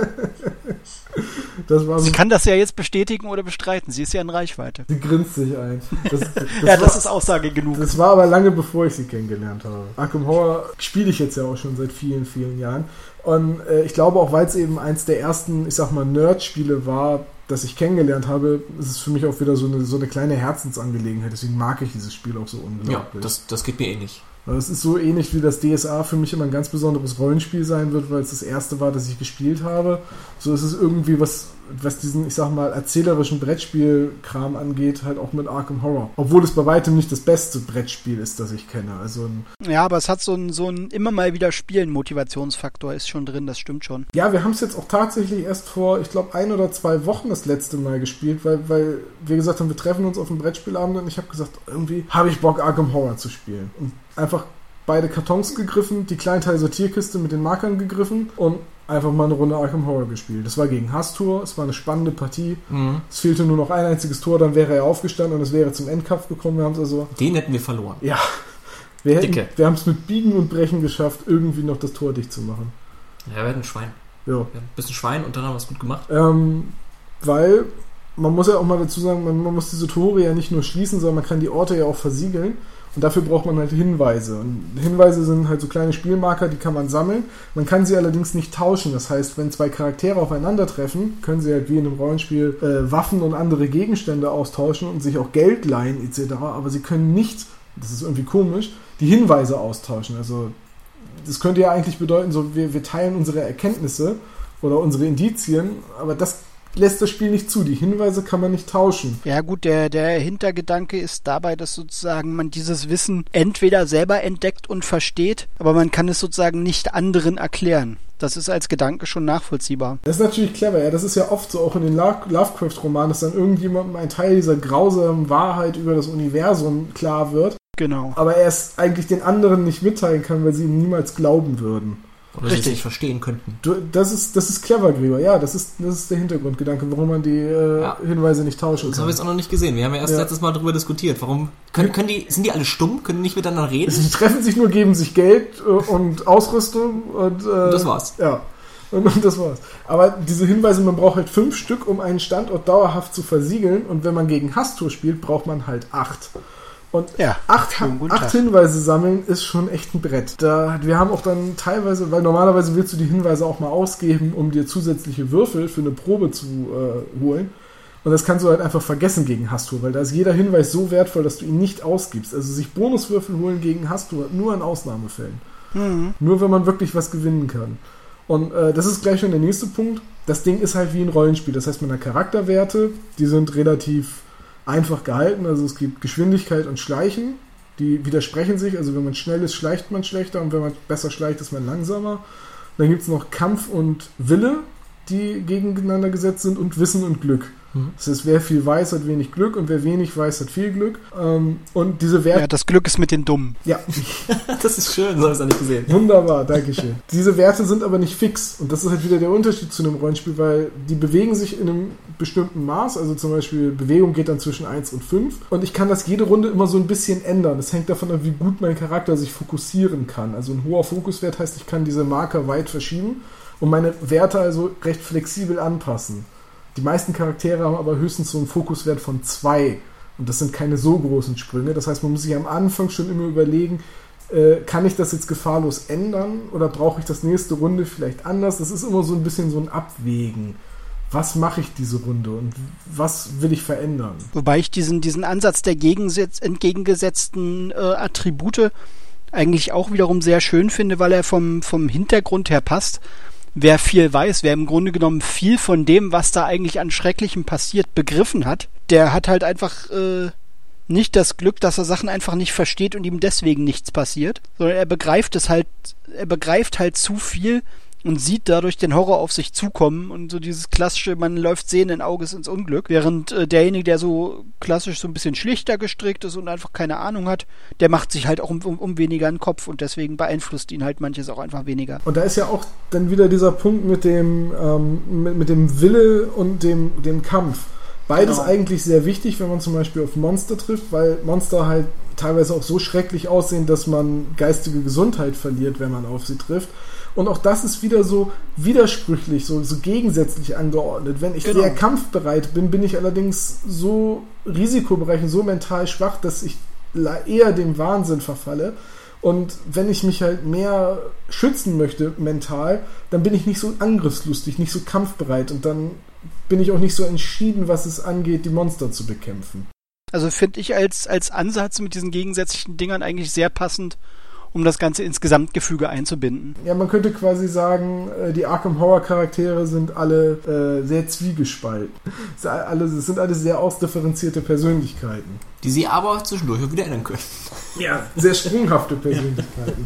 Das war Sie kann das ja jetzt bestätigen oder bestreiten. Sie ist ja in Reichweite. Sie grinst sich ein. Das, das ja, war, das ist Aussage genug. Das war aber lange bevor ich sie kennengelernt habe. Arkham Horror spiele ich jetzt ja auch schon seit vielen, vielen Jahren. Und äh, ich glaube auch, weil es eben eins der ersten, ich sag mal, Nerd-Spiele war, das ich kennengelernt habe, ist es für mich auch wieder so eine, so eine kleine Herzensangelegenheit. Deswegen mag ich dieses Spiel auch so unglaublich. Ja, das, das geht mir ähnlich. Es ist so ähnlich wie das D S A für mich immer ein ganz besonderes Rollenspiel sein wird, weil es das erste war, das ich gespielt habe. So ist es irgendwie was, was diesen, ich sag mal, erzählerischen Brettspielkram angeht, halt auch mit Arkham Horror. Obwohl es bei weitem nicht das beste Brettspiel ist, das ich kenne. Also ein ja, aber es hat so ein, so ein immer mal wieder Spielen Motivationsfaktor ist schon drin, das stimmt schon. Ja, wir haben es jetzt auch tatsächlich erst vor, ich glaube, ein oder zwei Wochen das letzte Mal gespielt, weil, weil wir gesagt haben, wir treffen uns auf dem Brettspielabend und ich habe gesagt, irgendwie habe ich Bock, Arkham Horror zu spielen. Und einfach beide Kartons gegriffen, die Kleinteil-Sortierkiste mit den Markern gegriffen und einfach mal eine Runde Arkham Horror gespielt. Das war gegen Hastur, es war eine spannende Partie. Mhm. Es fehlte nur noch ein einziges Tor, dann wäre er aufgestanden und es wäre zum Endkampf gekommen. Wir haben's also Den hätten wir verloren. Ja. Wir, hätten, wir haben es mit Biegen und Brechen geschafft, irgendwie noch das Tor dicht zu machen. Ja, wir hatten ein Schwein. Ja. Wir hatten ein bisschen Schwein und dann haben wir es gut gemacht. Ähm, weil, man muss ja auch mal dazu sagen, man, man muss diese Tore ja nicht nur schließen, sondern man kann die Orte ja auch versiegeln. Und dafür braucht man halt Hinweise. Und Hinweise sind halt so kleine Spielmarker, die kann man sammeln. Man kann sie allerdings nicht tauschen. Das heißt, wenn zwei Charaktere aufeinandertreffen, können sie halt wie in einem Rollenspiel äh, Waffen und andere Gegenstände austauschen und sich auch Geld leihen et cetera. Aber sie können nicht, das ist irgendwie komisch, die Hinweise austauschen. Also das könnte ja eigentlich bedeuten, so wir, wir teilen unsere Erkenntnisse oder unsere Indizien, aber das lässt das Spiel nicht zu. Die Hinweise kann man nicht tauschen. Ja gut, der, der Hintergedanke ist dabei, dass sozusagen man dieses Wissen entweder selber entdeckt und versteht, aber man kann es sozusagen nicht anderen erklären. Das ist als Gedanke schon nachvollziehbar. Das ist natürlich clever, ja. Das ist ja oft so, auch in den Lovecraft-Romanen, dass dann irgendjemandem ein Teil dieser grausamen Wahrheit über das Universum klar wird. Genau. Aber er es eigentlich den anderen nicht mitteilen kann, weil sie ihm niemals glauben würden. Oder sie es nicht verstehen könnten. Du, das ist, das ist clever, Gregor. Ja, das ist, das ist der Hintergrundgedanke, warum man die äh, ja. Hinweise nicht tauschen kann. Das haben wir jetzt auch noch nicht gesehen. Wir haben ja erst ja. letztes Mal darüber diskutiert. Warum können, können die, sind die alle stumm? Können die nicht miteinander reden? Sie treffen sich nur, geben sich Geld äh, und Ausrüstung und, äh, und das war's. Ja. Und, und das war's. Aber diese Hinweise, man braucht halt fünf Stück, um einen Standort dauerhaft zu versiegeln. Und wenn man gegen Hastur spielt, braucht man halt acht. Und ja, acht, acht Hinweise sammeln ist schon echt ein Brett. Da, wir haben auch dann teilweise, weil normalerweise willst du die Hinweise auch mal ausgeben, um dir zusätzliche Würfel für eine Probe zu äh, holen. Und das kannst du halt einfach vergessen gegen Hastur, weil da ist jeder Hinweis so wertvoll, dass du ihn nicht ausgibst. Also sich Bonuswürfel holen gegen Hastur nur in Ausnahmefällen. Mhm. Nur wenn man wirklich was gewinnen kann. Und äh, das ist gleich schon der nächste Punkt. Das Ding ist halt wie ein Rollenspiel. Das heißt, man hat Charakterwerte, die sind relativ einfach gehalten, also es gibt Geschwindigkeit und Schleichen Die widersprechen sich, also wenn man schnell ist, schleicht man schlechter und wenn man besser schleicht, ist man langsamer. Dann gibt es noch Kampf und Wille, die gegeneinander gesetzt sind, und Wissen und Glück. Mhm. Das heißt, wer viel weiß, hat wenig Glück, und wer wenig weiß, hat viel Glück. Ähm, und diese Werte... Ja, das Glück ist mit den Dummen. Ja. Das ist schön, so habe ich es noch nicht gesehen. Wunderbar, dankeschön. Diese Werte sind aber nicht fix. Und das ist halt wieder der Unterschied zu einem Rollenspiel, weil die bewegen sich in einem bestimmten Maß. Also zum Beispiel, Bewegung geht dann zwischen eins und fünf. Und ich kann das jede Runde immer so ein bisschen ändern. Das hängt davon ab, wie gut mein Charakter sich fokussieren kann. Also ein hoher Fokuswert heißt, ich kann diese Marker weit verschieben und meine Werte also recht flexibel anpassen. Die meisten Charaktere haben aber höchstens so einen Fokuswert von zwei. Und das sind keine so großen Sprünge. Das heißt, man muss sich am Anfang schon immer überlegen, äh, kann ich das jetzt gefahrlos ändern oder brauche ich das nächste Runde vielleicht anders? Das ist immer so ein bisschen so ein Abwägen. Was mache ich diese Runde und was will ich verändern? Wobei ich diesen, diesen Ansatz der gegensetz- entgegengesetzten äh, Attribute eigentlich auch wiederum sehr schön finde, weil er vom, vom Hintergrund her passt. Wer viel weiß, wer im Grunde genommen viel von dem, was da eigentlich an Schrecklichem passiert, begriffen hat, der hat halt einfach äh, nicht das Glück, dass er Sachen einfach nicht versteht und ihm deswegen nichts passiert, sondern er begreift es halt, er begreift halt zu viel und sieht dadurch den Horror auf sich zukommen und so dieses klassische, man läuft sehenden Auges ins Unglück, während äh, derjenige, der so klassisch so ein bisschen schlichter gestrickt ist und einfach keine Ahnung hat, der macht sich halt auch um, um, um weniger einen Kopf und deswegen beeinflusst ihn halt manches auch einfach weniger. Und da ist ja auch dann wieder dieser Punkt mit dem, ähm, mit, mit dem Wille und dem, dem Kampf. Beides genau. Eigentlich sehr wichtig, wenn man zum Beispiel auf Monster trifft, weil Monster halt teilweise auch so schrecklich aussehen, dass man geistige Gesundheit verliert, wenn man auf sie trifft. Und auch das ist wieder so widersprüchlich, so, so gegensätzlich angeordnet. Wenn ich genau. sehr kampfbereit bin, bin ich allerdings so risikobereit und so mental schwach, dass ich eher dem Wahnsinn verfalle. Und wenn ich mich halt mehr schützen möchte mental, dann bin ich nicht so angriffslustig, nicht so kampfbereit. Und dann bin ich auch nicht so entschieden, was es angeht, die Monster zu bekämpfen. Also finde ich als, als Ansatz mit diesen gegensätzlichen Dingern eigentlich sehr passend, um das Ganze ins Gesamtgefüge einzubinden. Ja, man könnte quasi sagen, die Arkham Horror Charaktere sind alle äh, sehr zwiegespalten. Es sind alles sehr ausdifferenzierte Persönlichkeiten. Die sie aber zwischendurch auch wieder ändern können. Ja, sehr sprunghafte Persönlichkeiten.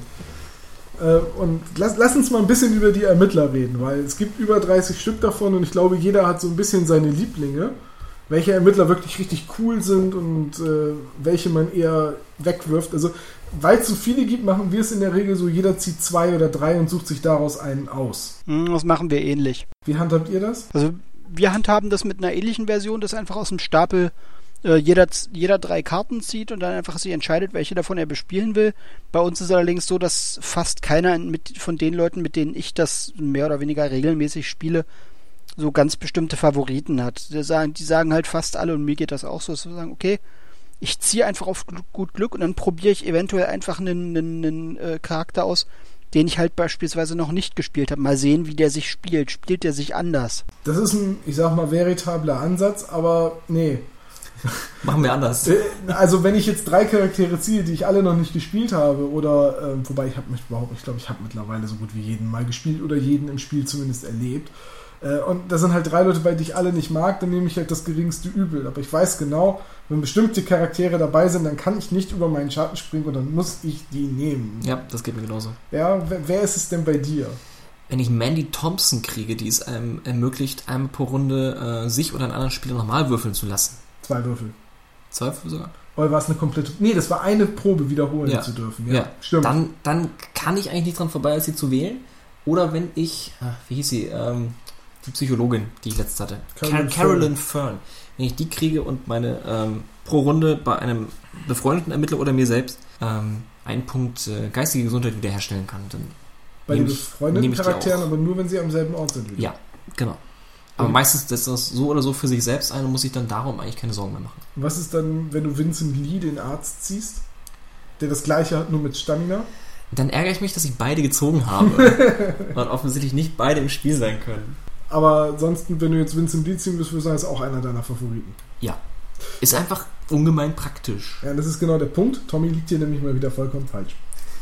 äh, und lass, lass uns mal ein bisschen über die Ermittler reden, weil es gibt über dreißig Stück davon und ich glaube, jeder hat so ein bisschen seine Lieblinge, welche Ermittler wirklich richtig cool sind und äh, welche man eher wegwirft. Also weil es so viele gibt, machen wir es in der Regel so, jeder zieht zwei oder drei und sucht sich daraus einen aus. Das machen wir ähnlich. Wie handhabt ihr das? Also wir handhaben das mit einer ähnlichen Version, dass einfach aus dem Stapel äh, jeder, jeder drei Karten zieht und dann einfach sich entscheidet, welche davon er bespielen will. Bei uns ist es allerdings so, dass fast keiner mit, von den Leuten, mit denen ich das mehr oder weniger regelmäßig spiele, so ganz bestimmte Favoriten hat. Die sagen, die sagen halt fast alle, und mir geht das auch so, dass wir sagen, okay, ich ziehe einfach auf gut Glück und dann probiere ich eventuell einfach einen, einen, einen äh, Charakter aus, den ich halt beispielsweise noch nicht gespielt habe. Mal sehen, wie der sich spielt. Spielt der sich anders? Das ist ein, ich sag mal, veritabler Ansatz, aber nee. Machen wir anders. Also wenn ich jetzt drei Charaktere ziehe, die ich alle noch nicht gespielt habe, oder, äh, wobei ich habe mich überhaupt, ich glaube, ich habe mittlerweile so gut wie jeden mal gespielt oder jeden im Spiel zumindest erlebt. Und da sind halt drei Leute bei, die ich alle nicht mag, dann nehme ich halt das geringste Übel. Aber ich weiß genau, wenn bestimmte Charaktere dabei sind, dann kann ich nicht über meinen Schatten springen und dann muss ich die nehmen. Ja, das geht mir genauso. Ja, wer, wer ist es denn bei dir? Wenn ich Mandy Thompson kriege, die es einem ermöglicht, einmal pro Runde äh, sich oder einen anderen Spieler nochmal würfeln zu lassen. Zwei Würfel. Zwei Würfel sogar? Oder war es eine komplette... Nee, das war eine Probe wiederholen ja. zu dürfen. Ja, ja. Stimmt. Dann, dann kann ich eigentlich nicht dran vorbei, als sie zu wählen. Oder wenn ich... Ach, wie hieß sie? Ähm... die Psychologin, die ich letztens hatte. Carolyn, Carolyn Fern. Wenn ich die kriege und meine ähm, pro Runde bei einem befreundeten Ermittler oder mir selbst ähm, einen Punkt äh, geistige Gesundheit wiederherstellen kann, dann bei den befreundeten Charakteren, aber nur, wenn sie am selben Ort sind. Wieder. Ja, genau. Aber mhm. meistens setzt das so oder so für sich selbst ein und muss sich dann darum eigentlich keine Sorgen mehr machen. Was ist dann, wenn du Vincent Lee, den Arzt, ziehst, der das gleiche hat, nur mit Stamina? Dann ärgere ich mich, dass ich beide gezogen habe und offensichtlich nicht beide im Spiel sein können. Aber ansonsten, wenn du jetzt Vincent Lee ziehen willst, würde ich sagen, ist auch einer deiner Favoriten. Ja. Ist einfach ungemein praktisch. Ja, das ist genau der Punkt. Tommy liegt hier nämlich mal wieder vollkommen falsch.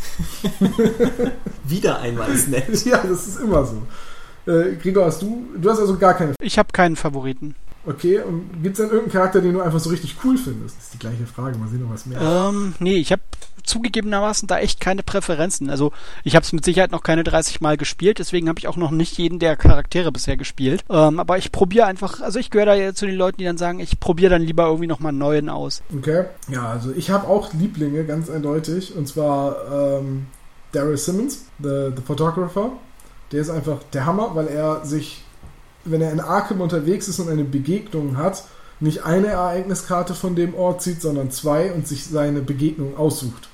Wieder einmal ist nett. Ja, das ist immer so. Äh, Gregor, hast du... Du hast also gar keine... Ich habe keinen Favoriten. Okay, und gibt es dann irgendeinen Charakter, den du einfach so richtig cool findest? Das ist die gleiche Frage, mal sehen, noch was mehr. Ähm, nee, ich habe zugegebenermaßen da echt keine Präferenzen. Also ich habe es mit Sicherheit noch keine dreißig Mal gespielt, deswegen habe ich auch noch nicht jeden der Charaktere bisher gespielt. Ähm, aber ich probiere einfach, also ich gehöre da ja zu den Leuten, die dann sagen, ich probiere dann lieber irgendwie nochmal einen neuen aus. Okay, ja, also ich habe auch Lieblinge, ganz eindeutig, und zwar ähm, Daryl Simmons, the, the Photographer. Der ist einfach der Hammer, weil er sich, wenn er in Arkham unterwegs ist und eine Begegnung hat, nicht eine Ereigniskarte von dem Ort zieht, sondern zwei und sich seine Begegnung aussucht.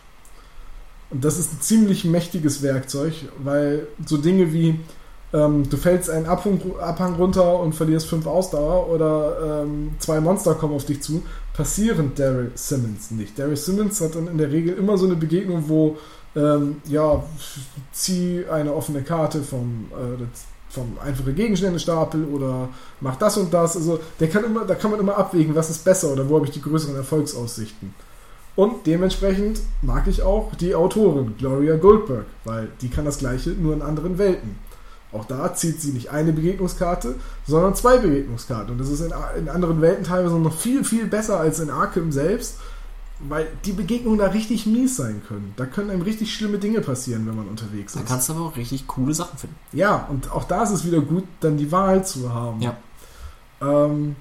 Und das ist ein ziemlich mächtiges Werkzeug, weil so Dinge wie ähm, du fällst einen Abhang, Abhang runter und verlierst fünf Ausdauer oder ähm, zwei Monster kommen auf dich zu, passieren Daryl Simmons nicht. Daryl Simmons hat dann in der Regel immer so eine Begegnung, wo ähm, ja, zieh eine offene Karte vom äh, vom einfachen Gegenständestapel oder mach das und das. Also der kann immer, da kann man immer abwägen, was ist besser oder wo habe ich die größeren Erfolgsaussichten. Und dementsprechend mag ich auch die Autorin Gloria Goldberg, weil die kann das Gleiche, nur in anderen Welten. Auch da zieht sie nicht eine Begegnungskarte, sondern zwei Begegnungskarten. Und das ist in, in anderen Welten teilweise noch viel, viel besser als in Arkham selbst, weil die Begegnungen da richtig mies sein können. Da können einem richtig schlimme Dinge passieren, wenn man unterwegs ist. Da kannst du aber auch richtig coole Sachen finden. Ja, und auch da ist es wieder gut, dann die Wahl zu haben. Ja. Ähm,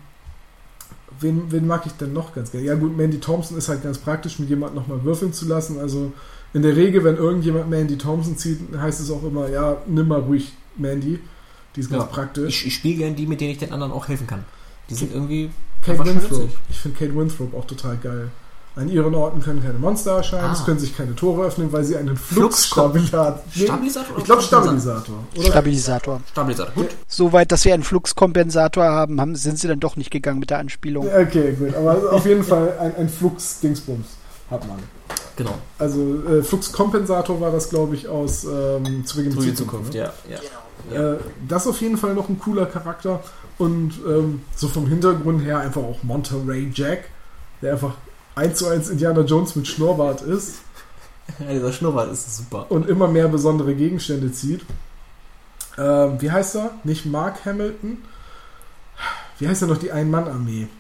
wen, wen mag ich denn noch ganz gerne? Ja gut, Mandy Thompson ist halt ganz praktisch, mit jemandem nochmal würfeln zu lassen. Also in der Regel, wenn irgendjemand Mandy Thompson zieht, heißt es auch immer, ja, nimm mal ruhig Mandy. Die ist ganz ja. praktisch. Ich, ich spiele gerne die, mit denen ich den anderen auch helfen kann. Die sind irgendwie... Kate Winthrop. Ich finde Kate Winthrop auch total geil. An ihren Orten können keine Monster erscheinen, ah. es können sich keine Tore öffnen, weil sie einen Flux-Stabilisator... Stabilisator? Ich glaube Stabilisator. Oder? Stabilisator. Stabilisator, gut. Soweit, dass sie einen Fluxkompensator haben, haben, sind sie dann doch nicht gegangen mit der Anspielung. Okay, gut. Aber auf jeden Fall ein, ein Flux-Dingsbums hat man. Genau. Also äh, Fluxkompensator war das, glaube ich, aus ähm, Zurück in die Zukunft. Zukunft ne? ja. ja. Genau. Ja. Äh, das ist auf jeden Fall noch ein cooler Charakter. Und ähm, so vom Hintergrund her einfach auch Monterey Jack, der einfach eins zu eins Indiana Jones mit Schnurrbart ist. Ja, dieser Schnurrbart ist super. Und immer mehr besondere Gegenstände zieht. Ähm, wie heißt er? Nicht Mark Hamilton. Wie heißt er noch, die Ein-Mann-Armee?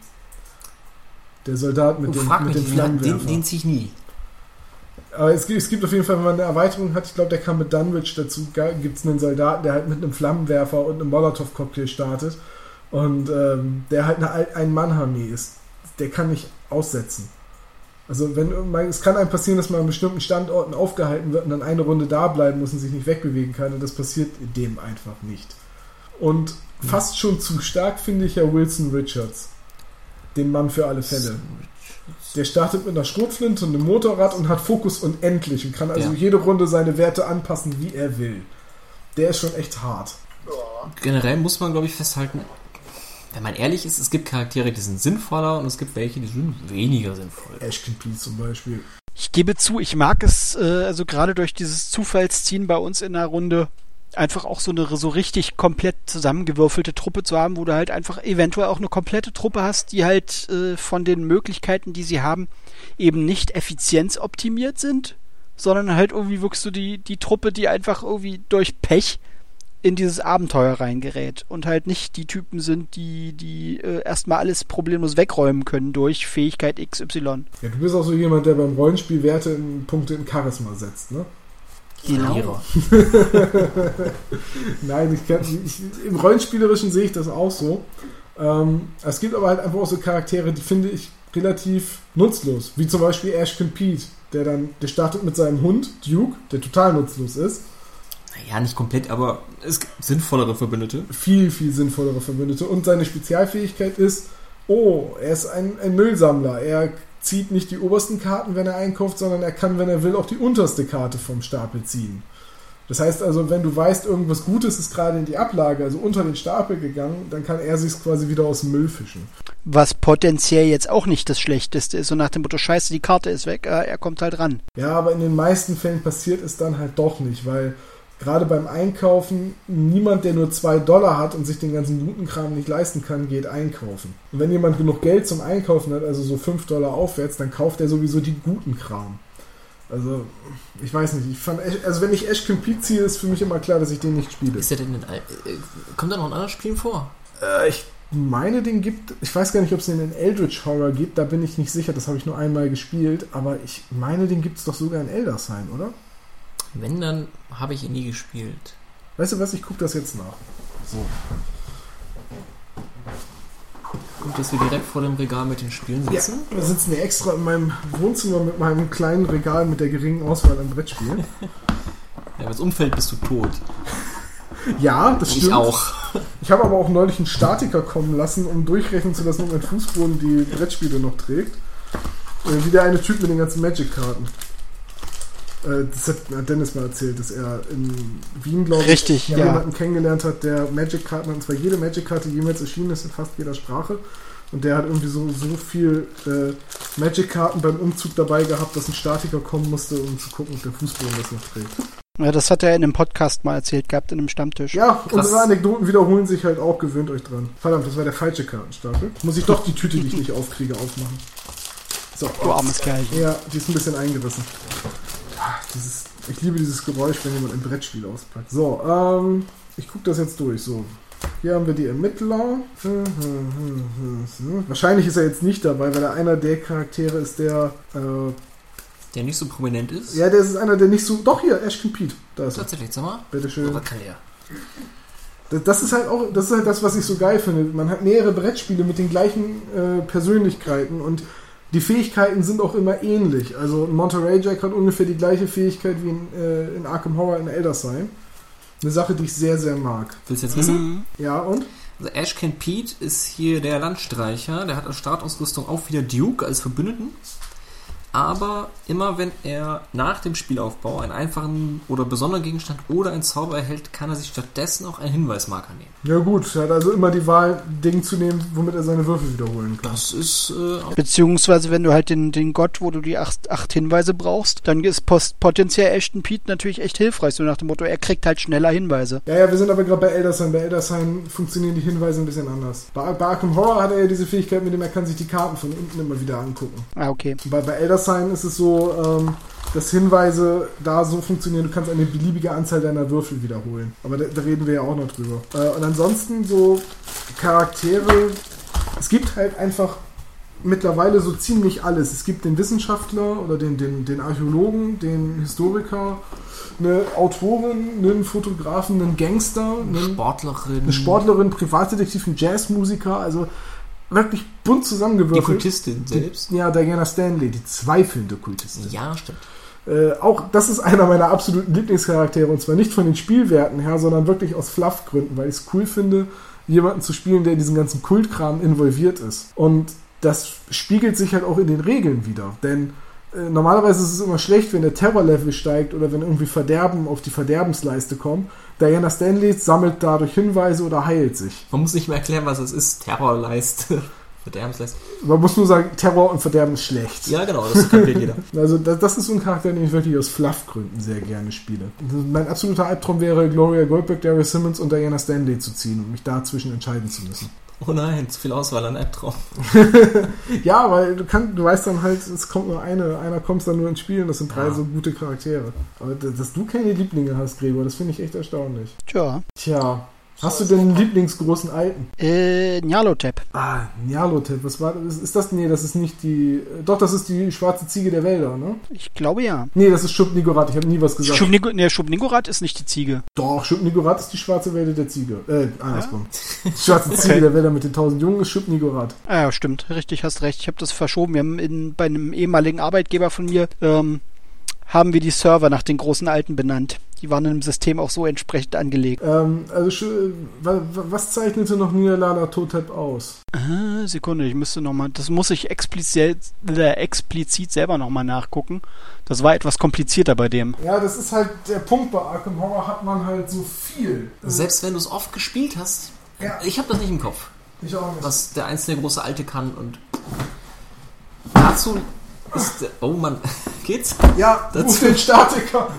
Der Soldat mit, oh, dem, mit den Flammenwerfer. Den, den ziehe ich nie. Aber es gibt, es gibt auf jeden Fall, wenn man eine Erweiterung hat, ich glaube, der kam mit Dunwich dazu, gibt es einen Soldaten, der halt mit einem Flammenwerfer und einem Molotow-Cocktail startet. Und ähm, der halt eine Ein-Mann-Armee ist. Der kann nicht aussetzen. Also wenn es kann einem passieren, dass man an bestimmten Standorten aufgehalten wird und dann eine Runde da bleiben muss und sich nicht wegbewegen kann, und das passiert dem einfach nicht. Und mhm. fast schon zu stark finde ich ja Wilson Richards. Den Mann für alle Fälle. Der startet mit einer Schrotflinte und einem Motorrad und hat Fokus unendlich und kann also ja. jede Runde seine Werte anpassen, wie er will. Der ist schon echt hart. Generell muss man, glaube ich, festhalten, wenn man ehrlich ist, es gibt Charaktere, die sind sinnvoller und es gibt welche, die sind weniger sinnvoll. Ashton Peace zum Beispiel. Ich gebe zu, ich mag es, äh, also gerade durch dieses Zufallsziehen bei uns in der Runde, einfach auch so eine so richtig komplett zusammengewürfelte Truppe zu haben, wo du halt einfach eventuell auch eine komplette Truppe hast, die halt äh, von den Möglichkeiten, die sie haben, eben nicht effizienzoptimiert sind, sondern halt irgendwie wirklich so die, die Truppe, die einfach irgendwie durch Pech in dieses Abenteuer reingerät und halt nicht die Typen sind, die, die äh, erstmal alles problemlos wegräumen können durch Fähigkeit X Y. Ja, du bist auch so jemand, der beim Rollenspiel Werte in Punkte in Charisma setzt, ne? Genau. Nein, ich kann, ich, im Rollenspielerischen sehe ich das auch so. Ähm, es gibt aber halt einfach auch so Charaktere, die finde ich relativ nutzlos, wie zum Beispiel Ashton Pete, der dann, der startet mit seinem Hund, Duke, der total nutzlos ist. Ja, nicht komplett, aber es gibt sinnvollere Verbündete. Viel, viel sinnvollere Verbündete. Und seine Spezialfähigkeit ist, oh, er ist ein, ein Müllsammler. Er zieht nicht die obersten Karten, wenn er einkauft, sondern er kann, wenn er will, auch die unterste Karte vom Stapel ziehen. Das heißt also, wenn du weißt, irgendwas Gutes ist gerade in die Ablage, also unter den Stapel gegangen, dann kann er sich quasi wieder aus dem Müll fischen. Was potenziell jetzt auch nicht das Schlechteste ist, so nach dem Motto, scheiße, die Karte ist weg, äh, er kommt halt ran. Ja, aber in den meisten Fällen passiert es dann halt doch nicht, weil gerade beim Einkaufen, niemand, der nur zwei Dollar hat und sich den ganzen guten Kram nicht leisten kann, geht einkaufen. Und wenn jemand genug Geld zum Einkaufen hat, also so fünf Dollar aufwärts, dann kauft er sowieso die guten Kram. Also, ich weiß nicht, ich fand, also wenn ich Ashton Pete ziehe, ist für mich immer klar, dass ich den nicht spiele. Ist der denn in, äh, kommt da noch ein anderes Spiel vor? Äh, ich meine, den gibt, ich weiß gar nicht, ob es den in Eldritch Horror gibt, da bin ich nicht sicher, das habe ich nur einmal gespielt, aber ich meine, den gibt es doch sogar in Elder Sign, oder? Wenn, dann habe ich ihn nie gespielt. Weißt du was, ich gucke das jetzt nach. So. Gut, dass wir direkt vor dem Regal mit den Spielen sitzen. Ja, wir sitzen hier extra in meinem Wohnzimmer mit meinem kleinen Regal mit der geringen Auswahl an Brettspielen. Ja, wenn es umfällt, bist du tot. Ja, das stimmt. Ich auch. Ich habe aber auch neulich einen Statiker kommen lassen, um durchrechnen zu lassen, ob mein Fußboden die Brettspiele noch trägt. Äh, wie der eine Typ mit den ganzen Magic-Karten. Äh, das hat Dennis mal erzählt, dass er in Wien, glaube ich, Richtig, ja. jemanden kennengelernt hat, der Magic-Karten hat. Und zwar jede Magic-Karte, die jemals erschienen ist, in fast jeder Sprache. Und der hat irgendwie so, so viel äh, Magic-Karten beim Umzug dabei gehabt, dass ein Statiker kommen musste, um zu gucken, ob der Fußboden das noch trägt. Ja, das hat er in einem Podcast mal erzählt gehabt, in einem Stammtisch. Ja, krass. Unsere Anekdoten wiederholen sich halt auch, gewöhnt euch dran. Verdammt, das war der falsche Kartenstapel. Muss ich doch die Tüte, die ich nicht aufkriege, aufmachen. So. Du armes Kerl. Ja, die ist ein bisschen eingerissen. Dieses, ich liebe dieses Geräusch, wenn jemand ein Brettspiel auspackt. So, ähm, ich gucke das jetzt durch. So, hier haben wir die Ermittler. Wahrscheinlich ist er jetzt nicht dabei, weil er einer der Charaktere ist, der... Äh, der nicht so prominent ist? Ja, der ist einer, der nicht so... Doch, hier, Ashton Pete. Da ist er. Tatsächlich, sag mal. Bitteschön. Was kann der? Das, das ist halt auch, das ist halt das, was ich so geil finde. Man hat mehrere Brettspiele mit den gleichen äh, Persönlichkeiten und die Fähigkeiten sind auch immer ähnlich. Also Monterey Jack hat ungefähr die gleiche Fähigkeit wie in, äh, in Arkham Horror in Elder Sign. Eine Sache, die ich sehr, sehr mag. Willst du jetzt wissen? Mhm. Ja, und? Also Ashcan Pete ist hier der Landstreicher. Der hat als Startausrüstung auch wieder Duke als Verbündeten. Aber immer wenn er nach dem Spielaufbau einen einfachen oder besonderen Gegenstand oder einen Zauber erhält, kann er sich stattdessen auch einen Hinweismarker nehmen. Ja gut, er hat also immer die Wahl, Ding zu nehmen, womit er seine Würfel wiederholen kann. Das ist... Äh, Beziehungsweise, wenn du halt den, den Gott, wo du die acht, acht Hinweise brauchst, dann ist post, potenziell Ashton Pete natürlich echt hilfreich, so nach dem Motto, er kriegt halt schneller Hinweise. Ja, ja, wir sind aber gerade bei Elder Sign. Bei Elder Sign funktionieren die Hinweise ein bisschen anders. Bei, bei Arkham Horror hat er ja diese Fähigkeit, mit dem er kann sich die Karten von unten immer wieder angucken. Ah, okay. Bei, bei Elder Sign ist es so, ähm, dass Hinweise da so funktionieren, du kannst eine beliebige Anzahl deiner Würfel wiederholen. Aber da, da reden wir ja auch noch drüber. Äh, und ansonsten so Charaktere, es gibt halt einfach mittlerweile so ziemlich alles. Es gibt den Wissenschaftler oder den, den, den Archäologen, den Historiker, eine Autorin, einen Fotografen, einen Gangster, eine Sportlerin, eine Sportlerin, Privatdetektiv, einen Jazzmusiker, also wirklich bunt zusammengewürfelt. Die Kultistin selbst? Die, ja, Diana Stanley, die zweifelnde Kultistin. Ja, stimmt. Äh, auch das ist einer meiner absoluten Lieblingscharaktere, und zwar nicht von den Spielwerten her, sondern wirklich aus Fluffgründen, weil ich es cool finde, jemanden zu spielen, der in diesen ganzen Kultkram involviert ist. Und das spiegelt sich halt auch in den Regeln wieder, denn äh, normalerweise ist es immer schlecht, wenn der Terrorlevel steigt oder wenn irgendwie Verderben auf die Verderbensleiste kommt. Diana Stanley sammelt dadurch Hinweise oder heilt sich. Man muss nicht mehr erklären, was es ist. Terrorleiste. Verderbensleiste. Man muss nur sagen, Terror und Verderben ist schlecht. Ja, genau, das kapiert jeder. Also das, das ist so ein Charakter, den ich wirklich aus Fluffgründen sehr gerne spiele. Mein absoluter Albtraum wäre, Gloria Goldberg, Darius Simmons und Diana Stanley zu ziehen und mich dazwischen entscheiden zu müssen. Oh nein, zu viel Auswahl an Albtraum. Ja, weil du kannst, du weißt dann halt, es kommt nur eine, einer kommt dann nur ins Spiel und das sind drei ja. so gute Charaktere. Aber dass du keine Lieblinge hast, Gregor, das finde ich echt erstaunlich. Tja. Tja. Hast du denn einen Lieblingsgroßen Alten? Äh, Nyarlathotep. Ah, Nyarlathotep. Was war das? Ist das? Nee, das ist nicht die... Doch, das ist die schwarze Ziege der Wälder, ne? Ich glaube ja. Nee, das ist Shub-Niggurath. Ich habe nie was gesagt. Shub-Niggurath nee, Shub-Niggurath ist nicht die Ziege. Doch, Shub-Niggurath ist die schwarze Wälder der Ziege. Äh, andersrum. Ja? Die schwarze Ziege okay. der Wälder mit den tausend Jungen ist Shub-Niggurath. Ah ja, stimmt. Richtig, hast recht. Ich habe das verschoben. Wir haben in, bei einem ehemaligen Arbeitgeber von mir ähm, haben wir die Server nach den großen Alten benannt. Die waren im System auch so entsprechend angelegt. Ähm, also, was zeichnete noch Nyarlathotep aus? Ah, Sekunde, ich müsste nochmal, das muss ich explizit, äh, explizit selber nochmal nachgucken. Das war etwas komplizierter bei dem. Ja, das ist halt der Punkt, bei Arkham Horror hat man halt so viel. Selbst wenn du es oft gespielt hast, ja. Ich habe das nicht im Kopf. Ich auch nicht. Was der einzelne große Alte kann und dazu ist der, oh Mann, geht's? Ja, dazu den Statiker.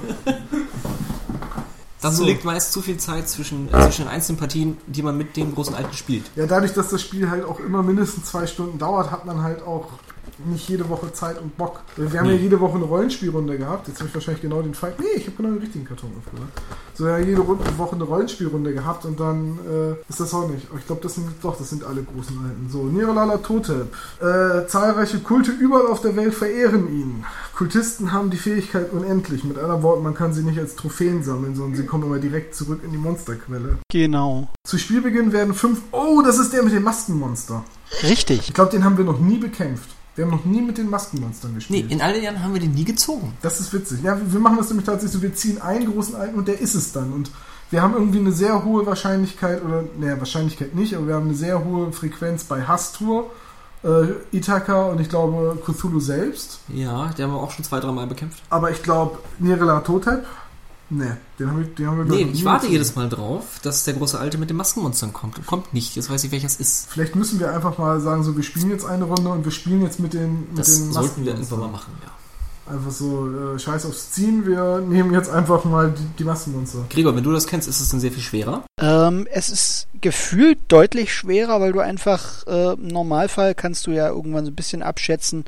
Dazu so. liegt meist zu viel Zeit zwischen, äh, zwischen den einzelnen Partien, die man mit dem großen Alten spielt. Ja, dadurch, dass das Spiel halt auch immer mindestens zwei Stunden dauert, hat man halt auch nicht jede Woche Zeit und Bock. Wir haben nee. ja jede Woche eine Rollenspielrunde gehabt. Jetzt habe ich wahrscheinlich genau den Fall. Nee, ich habe genau den richtigen Karton aufgemacht. So, ja, jede Woche eine Rollenspielrunde gehabt und dann äh, ist das auch nicht. Ich glaube, das sind doch, das sind alle großen Alten. So, Nyarlathotep. Äh, zahlreiche Kulte überall auf der Welt verehren ihn. Kultisten haben die Fähigkeit unendlich. Mit anderen Worten, man kann sie nicht als Trophäen sammeln, sondern sie kommen immer direkt zurück in die Monsterquelle. Genau. Zu Spielbeginn werden fünf... Oh, das ist der mit dem Maskenmonster. Richtig. Ich glaube, den haben wir noch nie bekämpft. Wir haben noch nie mit den Maskenmonstern gespielt. Nee, in all den Jahren haben wir den nie gezogen. Das ist witzig. Ja, wir machen das nämlich tatsächlich so, wir ziehen einen großen Alten und der ist es dann. Und wir haben irgendwie eine sehr hohe Wahrscheinlichkeit, oder, naja, Wahrscheinlichkeit nicht, aber wir haben eine sehr hohe Frequenz bei Hastur, äh, Ithaka und ich glaube Cthulhu selbst. Ja, den haben wir auch schon zwei, drei Mal bekämpft. Aber ich glaube, Nyarlathotep, ne, den haben wir, den haben wir Nee, ich warte jedes Mal drauf, dass der große Alte mit den Maskenmonstern kommt. Und kommt nicht, jetzt weiß ich, welches ist. Vielleicht müssen wir einfach mal sagen, so, wir spielen jetzt eine Runde und wir spielen jetzt mit den, mit das den Maskenmonstern. sollten wir irgendwann mal machen, ja. Einfach so, äh, scheiß aufs Ziehen, wir nehmen jetzt einfach mal die, die Maskenmonster. Gregor, wenn du das kennst, ist es dann sehr viel schwerer? Ähm, es ist gefühlt deutlich schwerer, weil du einfach, äh, im Normalfall kannst du ja irgendwann so ein bisschen abschätzen,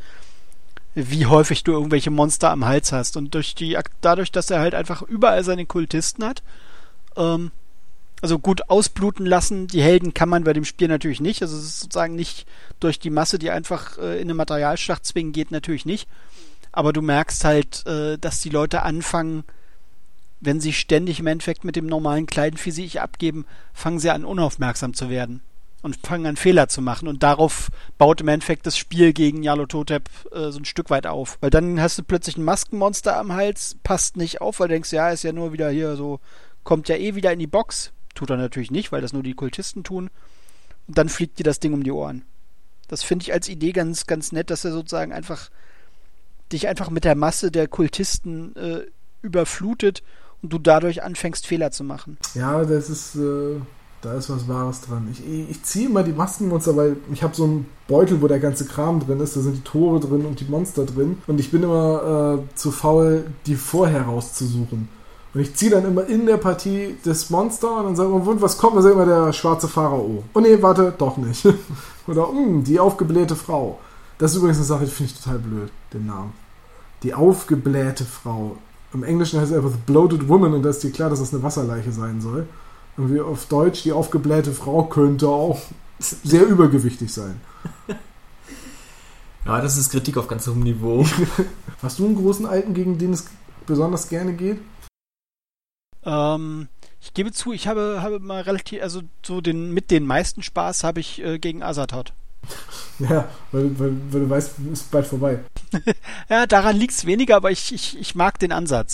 wie häufig du irgendwelche Monster am Hals hast. Und durch die, dadurch, dass er halt einfach überall seine Kultisten hat, ähm, also gut ausbluten lassen, die Helden kann man bei dem Spiel natürlich nicht. Also es ist sozusagen nicht durch die Masse, die einfach äh, in eine Materialschlacht zwingen, geht natürlich nicht. Aber du merkst halt, äh, dass die Leute anfangen, wenn sie ständig im Endeffekt mit dem normalen kleinen Vieh sich abgeben, fangen sie an, unaufmerksam zu werden. Und fangen an, Fehler zu machen. Und darauf baut im Endeffekt das Spiel gegen Nyarlathotep äh, so ein Stück weit auf. Weil dann hast du plötzlich ein Maskenmonster am Hals, passt nicht auf, weil du denkst, ja, ist ja nur wieder hier so, kommt ja eh wieder in die Box. Tut er natürlich nicht, weil das nur die Kultisten tun. Und dann fliegt dir das Ding um die Ohren. Das finde ich als Idee ganz, ganz nett, dass er sozusagen einfach dich einfach mit der Masse der Kultisten äh, überflutet und du dadurch anfängst, Fehler zu machen. Ja, das ist, äh, da ist was Wahres dran. Ich, ich ziehe immer die Maskenmonster, weil ich habe so einen Beutel, wo der ganze Kram drin ist, da sind die Tore drin und die Monster drin und ich bin immer äh, zu faul, die vorher rauszusuchen. Und ich ziehe dann immer in der Partie das Monster und dann sagt man, was kommt? Dann sagt immer der schwarze Pharao. Oh nee, warte, doch nicht. Oder, mh, die aufgeblähte Frau. Das ist übrigens eine Sache, die finde ich total blöd, den Namen. Die aufgeblähte Frau. Im Englischen heißt es einfach The Bloated Woman und da ist dir klar, dass das eine Wasserleiche sein soll. Irgendwie auf Deutsch, die aufgeblähte Frau könnte auch sehr übergewichtig sein. Ja, das ist Kritik auf ganz hohem Niveau. Hast du einen großen Alten, gegen den es besonders gerne geht? Ähm, ich gebe zu, ich habe, habe mal relativ, also so den, mit den meisten Spaß habe ich äh, gegen Azathoth. Ja, weil, weil, weil du weißt, es ist bald vorbei. Ja, daran liegt es weniger, aber ich, ich, ich mag den Ansatz.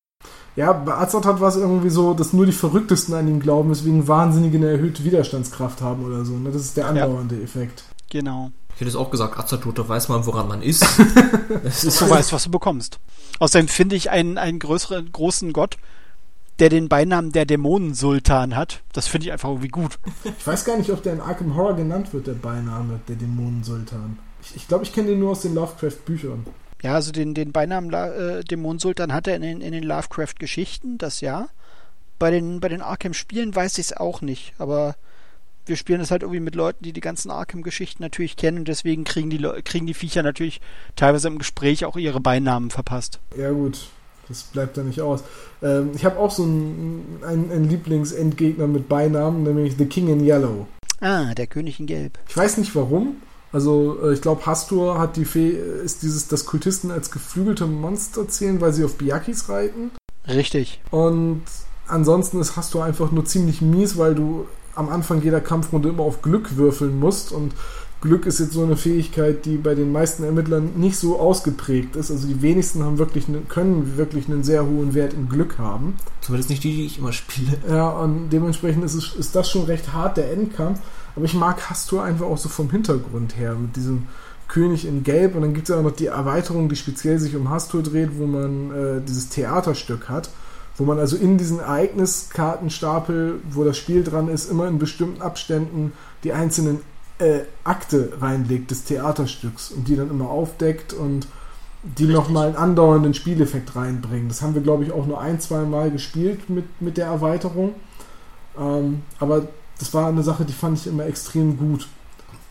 Ja, bei Azathoth war es irgendwie so, dass nur die Verrücktesten an ihn glauben, deswegen Wahnsinnige eine erhöhte Widerstandskraft haben oder so. Ne? Das ist der andauernde ja. Effekt. Genau. Ich hätte es auch gesagt, Azathoth, da weiß man, woran man ist. Das ist du weißt, was du bekommst. Außerdem finde ich einen, einen größeren, großen Gott, der den Beinamen der Dämonensultan hat. Das finde ich einfach irgendwie gut. Ich weiß gar nicht, ob der in Arkham Horror genannt wird, der Beiname, der Dämonensultan. Ich, ich glaube, ich kenne den nur aus den Lovecraft-Büchern. Ja, also den, den Beinamen äh, Dämonensultan hat er in den, in den Lovecraft-Geschichten, das ja. Bei den, bei den Arkham-Spielen weiß ich es auch nicht, aber wir spielen das halt irgendwie mit Leuten, die die ganzen Arkham-Geschichten natürlich kennen und deswegen kriegen die, kriegen die Viecher natürlich teilweise im Gespräch auch ihre Beinamen verpasst. Ja gut, das bleibt da nicht aus. Ähm, ich habe auch so einen, einen, einen Lieblingsendgegner mit Beinamen, nämlich The King in Yellow. Ah, der König in Gelb. Ich weiß nicht warum. Also äh, ich glaube, Hastur hat die Fee, ist dieses, dass Kultisten als geflügelte Monster zählen, weil sie auf Byakhis reiten. Richtig. Und ansonsten ist Hastur einfach nur ziemlich mies, weil du am Anfang jeder Kampfrunde immer auf Glück würfeln musst und Glück ist jetzt so eine Fähigkeit, die bei den meisten Ermittlern nicht so ausgeprägt ist. Also die wenigsten haben wirklich ne, können wirklich einen sehr hohen Wert in Glück haben. Zumindest nicht die, die ich immer spiele. Ja, und dementsprechend ist, es, ist das schon recht hart, der Endkampf. Aber ich mag Hastur einfach auch so vom Hintergrund her, mit diesem König in Gelb. Und dann gibt es ja auch noch die Erweiterung, die speziell sich um Hastur dreht, wo man äh, dieses Theaterstück hat. Wo man also in diesen Ereigniskartenstapel, wo das Spiel dran ist, immer in bestimmten Abständen die einzelnen Äh, Akte reinlegt des Theaterstücks und die dann immer aufdeckt und die nochmal einen andauernden Spieleffekt reinbringen. Das haben wir, glaube ich, auch nur ein, zwei Mal gespielt mit, mit der Erweiterung. Ähm, aber das war eine Sache, die fand ich immer extrem gut.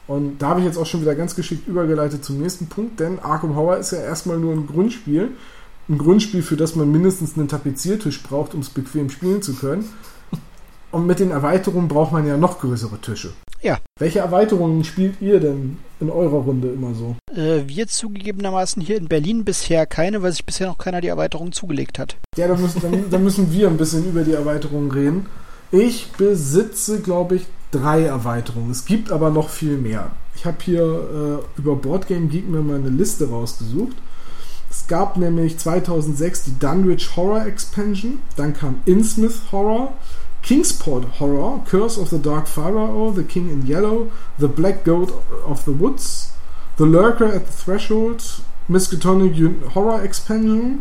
Und da habe ich jetzt auch schon wieder ganz geschickt übergeleitet zum nächsten Punkt, denn Arkham Horror ist ja erstmal nur ein Grundspiel. Ein Grundspiel, für das man mindestens einen Tapeziertisch braucht, um es bequem spielen zu können. Und mit den Erweiterungen braucht man ja noch größere Tische. Ja. Welche Erweiterungen spielt ihr denn in eurer Runde immer so? Äh, wir zugegebenermaßen hier in Berlin bisher keine, weil sich bisher noch keiner die Erweiterung zugelegt hat. Ja, da müssen, dann, dann müssen wir ein bisschen über die Erweiterungen reden. Ich besitze, glaube ich, drei Erweiterungen. Es gibt aber noch viel mehr. Ich habe hier äh, über Boardgame Geek mir mal eine Liste rausgesucht. Es gab nämlich zweitausendsechs die Dunwich Horror Expansion, dann kam Innsmouth Horror, Kingsport Horror, Curse of the Dark Pharaoh, The King in Yellow, The Black Goat of the Woods, The Lurker at the Threshold, Miskatonic Horror Expansion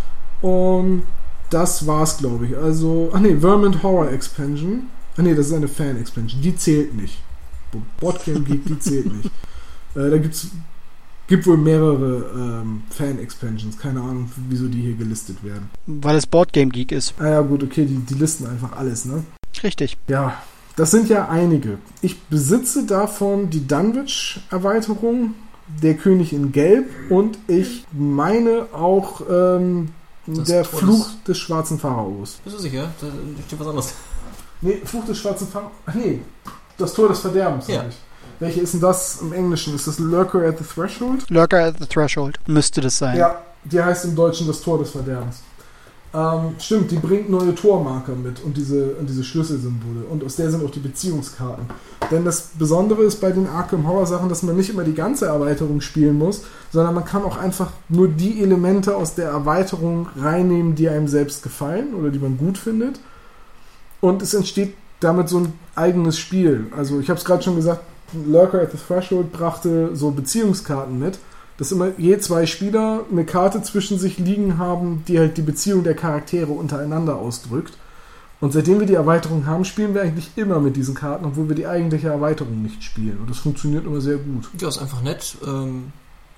und das war's, glaube ich. Also, ach nee, Vermont Horror Expansion. Ach nee, das ist eine Fan-Expansion. Die zählt nicht. Boardgame Geek, die zählt nicht. Äh, da gibt's gibt wohl mehrere ähm, Fan-Expansions. Keine Ahnung, wieso die hier gelistet werden. Weil es Boardgame Geek ist. Ah ja, gut, okay, die, die listen einfach alles, ne? Richtig. Ja, das sind ja einige. Ich besitze davon die Dunwich-Erweiterung, Der König in Gelb und ich meine auch ähm, der Tor Fluch des, des schwarzen Pharaos. Bist du sicher? Da steht was anderes. Nee, Fluch des schwarzen Pharaos. Ach nee, das Tor des Verderbens. Ja. Ich. Welche ist denn das im Englischen? Ist das Lurker at the Threshold? Lurker at the Threshold müsste das sein. Ja, die heißt im Deutschen das Tor des Verderbens. Ähm, stimmt, die bringt neue Tormarker mit und diese, und diese Schlüsselsymbole. Und aus der sind auch die Beziehungskarten. Denn das Besondere ist bei den Arkham Horror Sachen, dass man nicht immer die ganze Erweiterung spielen muss, sondern man kann auch einfach nur die Elemente aus der Erweiterung reinnehmen, die einem selbst gefallen oder die man gut findet. Und es entsteht damit so ein eigenes Spiel. Also ich habe es gerade schon gesagt, Lurker at the Threshold brachte so Beziehungskarten mit, dass immer je zwei Spieler eine Karte zwischen sich liegen haben, die halt die Beziehung der Charaktere untereinander ausdrückt. Und seitdem wir die Erweiterung haben, spielen wir eigentlich immer mit diesen Karten, obwohl wir die eigentliche Erweiterung nicht spielen. Und das funktioniert immer sehr gut. Ja, ist einfach nett. Ähm,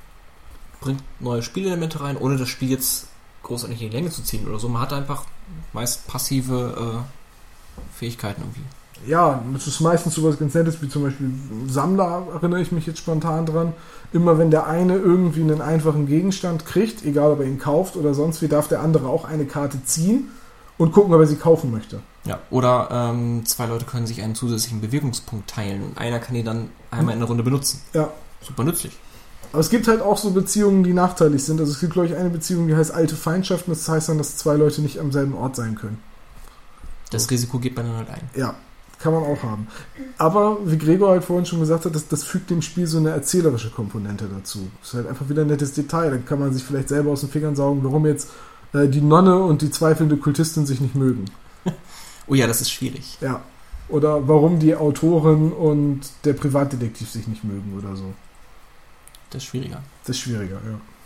bringt neue Spielelemente rein, ohne das Spiel jetzt großartig in die Länge zu ziehen oder so. Man hat einfach meist passive äh, Fähigkeiten irgendwie. Ja, das ist meistens sowas ganz Nettes, wie zum Beispiel Sammler, erinnere ich mich jetzt spontan dran. Immer wenn der eine irgendwie einen einfachen Gegenstand kriegt, egal ob er ihn kauft oder sonst wie, darf der andere auch eine Karte ziehen und gucken, ob er sie kaufen möchte. Ja, oder ähm, zwei Leute können sich einen zusätzlichen Bewegungspunkt teilen und einer kann ihn dann einmal in der Runde benutzen. Ja. Super nützlich. Aber es gibt halt auch so Beziehungen, die nachteilig sind. Also es gibt, glaube ich, eine Beziehung, die heißt alte Feindschaften. Das heißt dann, dass zwei Leute nicht am selben Ort sein können. Das so. Risiko geht man dann halt ein. Ja. Kann man auch haben. Aber wie Gregor halt vorhin schon gesagt hat, das, das fügt dem Spiel so eine erzählerische Komponente dazu. Das ist halt einfach wieder ein nettes Detail. Da kann man sich vielleicht selber aus den Fingern saugen, warum jetzt äh, die Nonne und die zweifelnde Kultistin sich nicht mögen. Oh ja, das ist schwierig. Ja. Oder warum die Autorin und der Privatdetektiv sich nicht mögen oder so. Das ist schwieriger. Das ist schwieriger,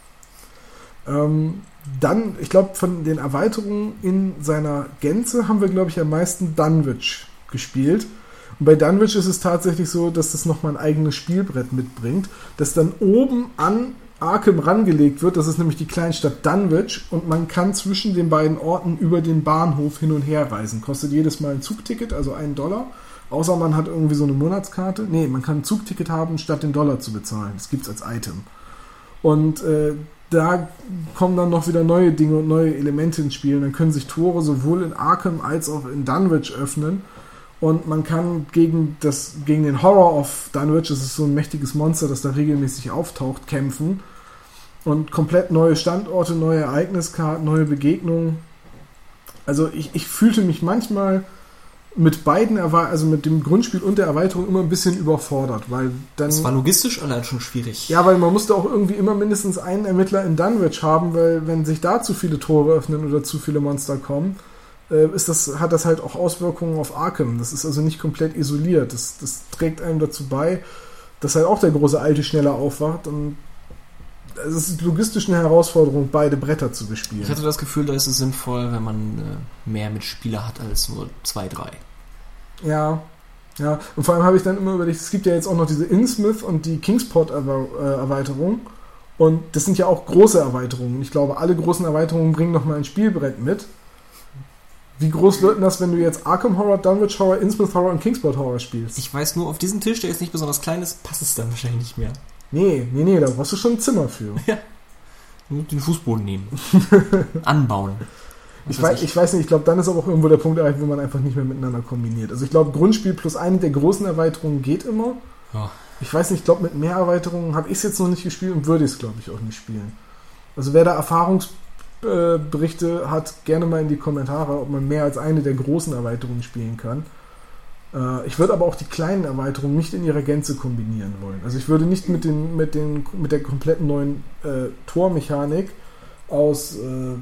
ja. Ähm, dann, ich glaube, von den Erweiterungen in seiner Gänze haben wir, glaube ich, am meisten Dunwich gespielt. Und bei Dunwich ist es tatsächlich so, dass das nochmal ein eigenes Spielbrett mitbringt, das dann oben an Arkham rangelegt wird. Das ist nämlich die Kleinstadt Dunwich und man kann zwischen den beiden Orten über den Bahnhof hin und her reisen. Kostet jedes Mal ein Zugticket, also einen Dollar. Außer man hat irgendwie so eine Monatskarte. Nee, man kann ein Zugticket haben, statt den Dollar zu bezahlen. Das gibt es als Item. Und äh, da kommen dann noch wieder neue Dinge und neue Elemente ins Spiel. Dann können sich Tore sowohl in Arkham als auch in Dunwich öffnen. Und man kann gegen, das, gegen den Horror of Dunwich, das ist so ein mächtiges Monster, das da regelmäßig auftaucht, kämpfen. Und komplett neue Standorte, neue Ereigniskarten, neue Begegnungen. Also ich, ich fühlte mich manchmal mit beiden, also mit dem Grundspiel und der Erweiterung immer ein bisschen überfordert, weil dann... Das war logistisch allein schon schwierig. Ja, weil man musste auch irgendwie immer mindestens einen Ermittler in Dunwich haben, weil wenn sich da zu viele Tore öffnen oder zu viele Monster kommen, ist das, hat das halt auch Auswirkungen auf Arkham. Das ist also nicht komplett isoliert. Das, das trägt einem dazu bei, dass halt auch der große Alte schneller aufwacht. Und es ist logistisch eine Herausforderung, beide Bretter zu bespielen. Ich hatte das Gefühl, da ist es sinnvoll, wenn man äh, mehr Mitspieler hat als nur zwei, drei. Ja, ja. Und vor allem habe ich dann immer überlegt, es gibt ja jetzt auch noch diese Innsmouth und die Kingsport-Erweiterung. Und das sind ja auch große Erweiterungen. Ich glaube, alle großen Erweiterungen bringen nochmal ein Spielbrett mit. Wie groß wird denn das, wenn du jetzt Arkham Horror, Dunwich Horror, Innsmouth Horror und Kingsport Horror spielst? Ich weiß nur, auf diesen Tisch, der jetzt nicht besonders klein ist, passt es dann wahrscheinlich nicht mehr. Nee, nee, nee, da brauchst du schon ein Zimmer für. Ja. Den Fußboden nehmen. Anbauen. Ich weiß, ich. ich weiß nicht, ich glaube, dann ist aber auch irgendwo der Punkt erreicht, wo man einfach nicht mehr miteinander kombiniert. Also ich glaube, Grundspiel plus eine der großen Erweiterungen geht immer. Ja. Ich weiß nicht, ich glaube, mit mehr Erweiterungen habe ich es jetzt noch nicht gespielt und würde es, glaube ich, auch nicht spielen. Also wer da Erfahrungsberichte hat, gerne mal in die Kommentare, ob man mehr als eine der großen Erweiterungen spielen kann. Äh, ich würde aber auch die kleinen Erweiterungen nicht in ihrer Gänze kombinieren wollen. Also ich würde nicht mit, den, mit, den, mit der kompletten neuen äh, Tormechanik aus äh,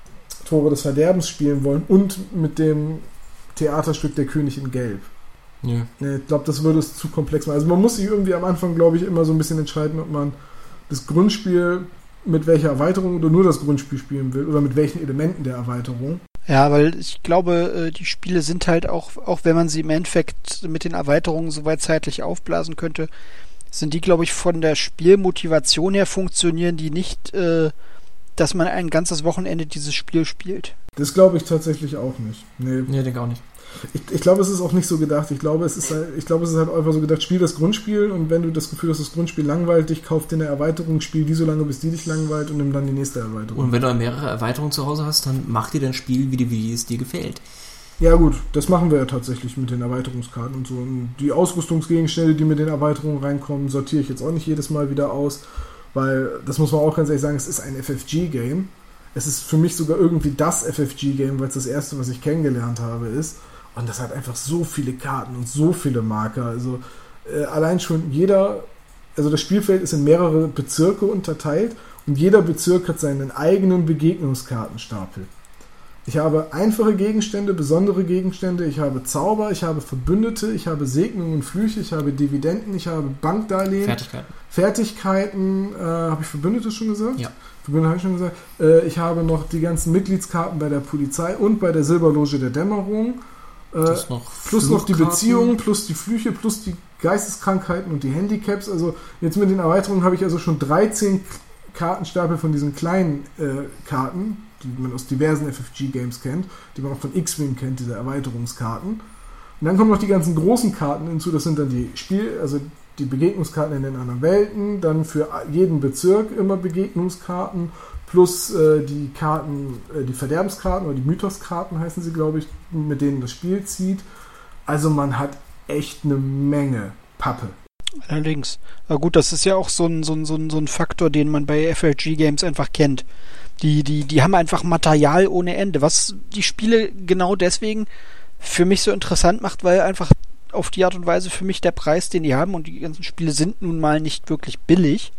Tore des Verderbens spielen wollen und mit dem Theaterstück Der König in Gelb. Ja. Ich glaube, das würde es zu komplex machen. Also man muss sich irgendwie am Anfang, glaube ich, immer so ein bisschen entscheiden, ob man das Grundspiel mit welcher Erweiterung oder nur das Grundspiel spielen will oder mit welchen Elementen der Erweiterung. Ja, weil ich glaube, die Spiele sind halt auch, auch wenn man sie im Endeffekt mit den Erweiterungen soweit zeitlich aufblasen könnte, sind die, glaube ich, von der Spielmotivation her funktionieren die nicht, äh, dass man ein ganzes Wochenende dieses Spiel spielt. Das glaube ich tatsächlich auch nicht. Nee, nee denke auch nicht. Ich, ich glaube, es ist auch nicht so gedacht. Ich glaube, es ist halt, ich glaube, es ist halt einfach so gedacht, spiel das Grundspiel und wenn du das Gefühl hast, das Grundspiel langweilt dich, kauf dir eine Erweiterung, spiel die so lange, bis die dich langweilt und nimm dann die nächste Erweiterung. Und wenn du mehrere Erweiterungen zu Hause hast, dann mach dir dein Spiel, wie, die, wie es dir gefällt. Ja gut, das machen wir ja tatsächlich mit den Erweiterungskarten und so. Und die Ausrüstungsgegenstände, die mit den Erweiterungen reinkommen, sortiere ich jetzt auch nicht jedes Mal wieder aus, weil, das muss man auch ganz ehrlich sagen, es ist ein F F G-Game. Es ist für mich sogar irgendwie das F F G-Game, weil es das erste, was ich kennengelernt habe, ist. Und das hat einfach so viele Karten und so viele Marker. Also äh, allein schon jeder, also das Spielfeld ist in mehrere Bezirke unterteilt und jeder Bezirk hat seinen eigenen Begegnungskartenstapel. Ich habe einfache Gegenstände, besondere Gegenstände, ich habe Zauber, ich habe Verbündete, ich habe Segnungen und Flüche, ich habe Dividenden, ich habe Bankdarlehen. Fertigkeiten. Fertigkeiten, äh, habe ich Verbündete schon gesagt? Ja. Verbündete habe ich schon gesagt. Äh, ich habe noch die ganzen Mitgliedskarten bei der Polizei und bei der Silberloge der Dämmerung. Plus noch, plus noch die Beziehungen, plus die Flüche, plus die Geisteskrankheiten und die Handicaps. Also jetzt mit den Erweiterungen habe ich also schon dreizehn Kartenstapel von diesen kleinen äh, Karten, die man aus diversen F F G-Games kennt, die man auch von X-Wing kennt, diese Erweiterungskarten. Und dann kommen noch die ganzen großen Karten hinzu, das sind dann die Spiel, also die Begegnungskarten in den anderen Welten, dann für jeden Bezirk immer Begegnungskarten, plus äh, die Karten, äh, die Verderbenskarten oder die Mythoskarten heißen sie, glaube ich, mit denen das Spiel zieht. Also man hat echt eine Menge Pappe. Allerdings. Aber gut, das ist ja auch so ein, so ein, so ein, so ein Faktor, den man bei F F G-Games einfach kennt. Die, die, die haben einfach Material ohne Ende, was die Spiele genau deswegen für mich so interessant macht, weil einfach auf die Art und Weise für mich der Preis, den die haben, und die ganzen Spiele sind nun mal nicht wirklich billig,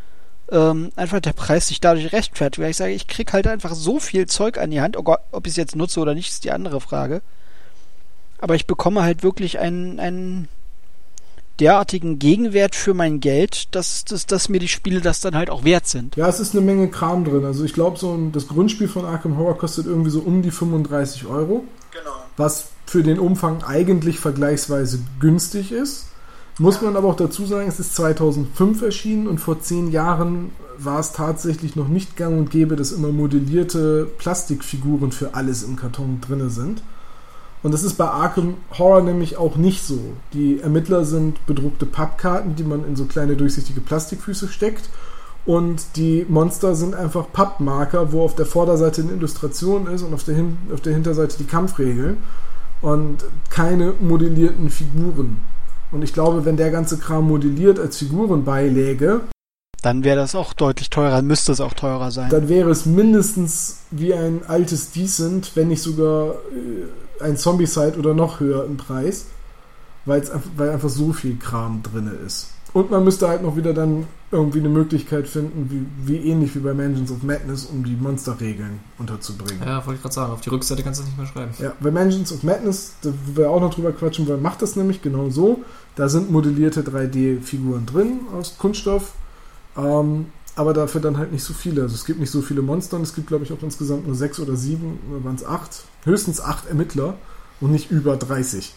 ähm, einfach der Preis sich dadurch rechtfertigt, weil ich sage, ich krieg halt einfach so viel Zeug an die Hand, oh Gott, ob ich es jetzt nutze oder nicht, ist die andere Frage. Aber ich bekomme halt wirklich einen, einen derartigen Gegenwert für mein Geld, dass, dass, dass mir die Spiele das dann halt auch wert sind. Ja, es ist eine Menge Kram drin. Also ich glaube, so ein, das Grundspiel von Arkham Horror kostet irgendwie so um die fünfunddreißig Euro. Genau. Was für den Umfang eigentlich vergleichsweise günstig ist. Muss man aber auch dazu sagen, es ist zweitausendfünf erschienen und vor zehn Jahren war es tatsächlich noch nicht gang und gäbe, dass immer modellierte Plastikfiguren für alles im Karton drin sind. Und das ist bei Arkham Horror nämlich auch nicht so. Die Ermittler sind bedruckte Pappkarten, die man in so kleine durchsichtige Plastikfüße steckt. Und die Monster sind einfach Pappmarker, wo auf der Vorderseite eine Illustration ist und auf der, Hin- auf der Hinterseite die Kampfregeln. Und keine modellierten Figuren. Und ich glaube, wenn der ganze Kram modelliert als Figuren beiläge, dann wäre das auch deutlich teurer, müsste es auch teurer sein. Dann wäre es mindestens wie ein altes Decent, wenn nicht sogar äh, ein Zombicide oder noch höher im Preis, weil's, weil einfach so viel Kram drin ist. Und man müsste halt noch wieder dann irgendwie eine Möglichkeit finden, wie, wie ähnlich wie bei Mansions of Madness, um die Monsterregeln unterzubringen. Ja, wollte ich gerade sagen, auf die Rückseite kannst du das nicht mehr schreiben. Ja, bei Mansions of Madness, da wir auch noch drüber quatschen wollen, macht das nämlich genau so. Da sind modellierte drei D-Figuren drin aus Kunststoff, ähm, aber dafür dann halt nicht so viele. Also es gibt nicht so viele Monster und es gibt, glaube ich, auch insgesamt nur sechs oder sieben, oder waren es acht, höchstens acht Ermittler und nicht über dreißig.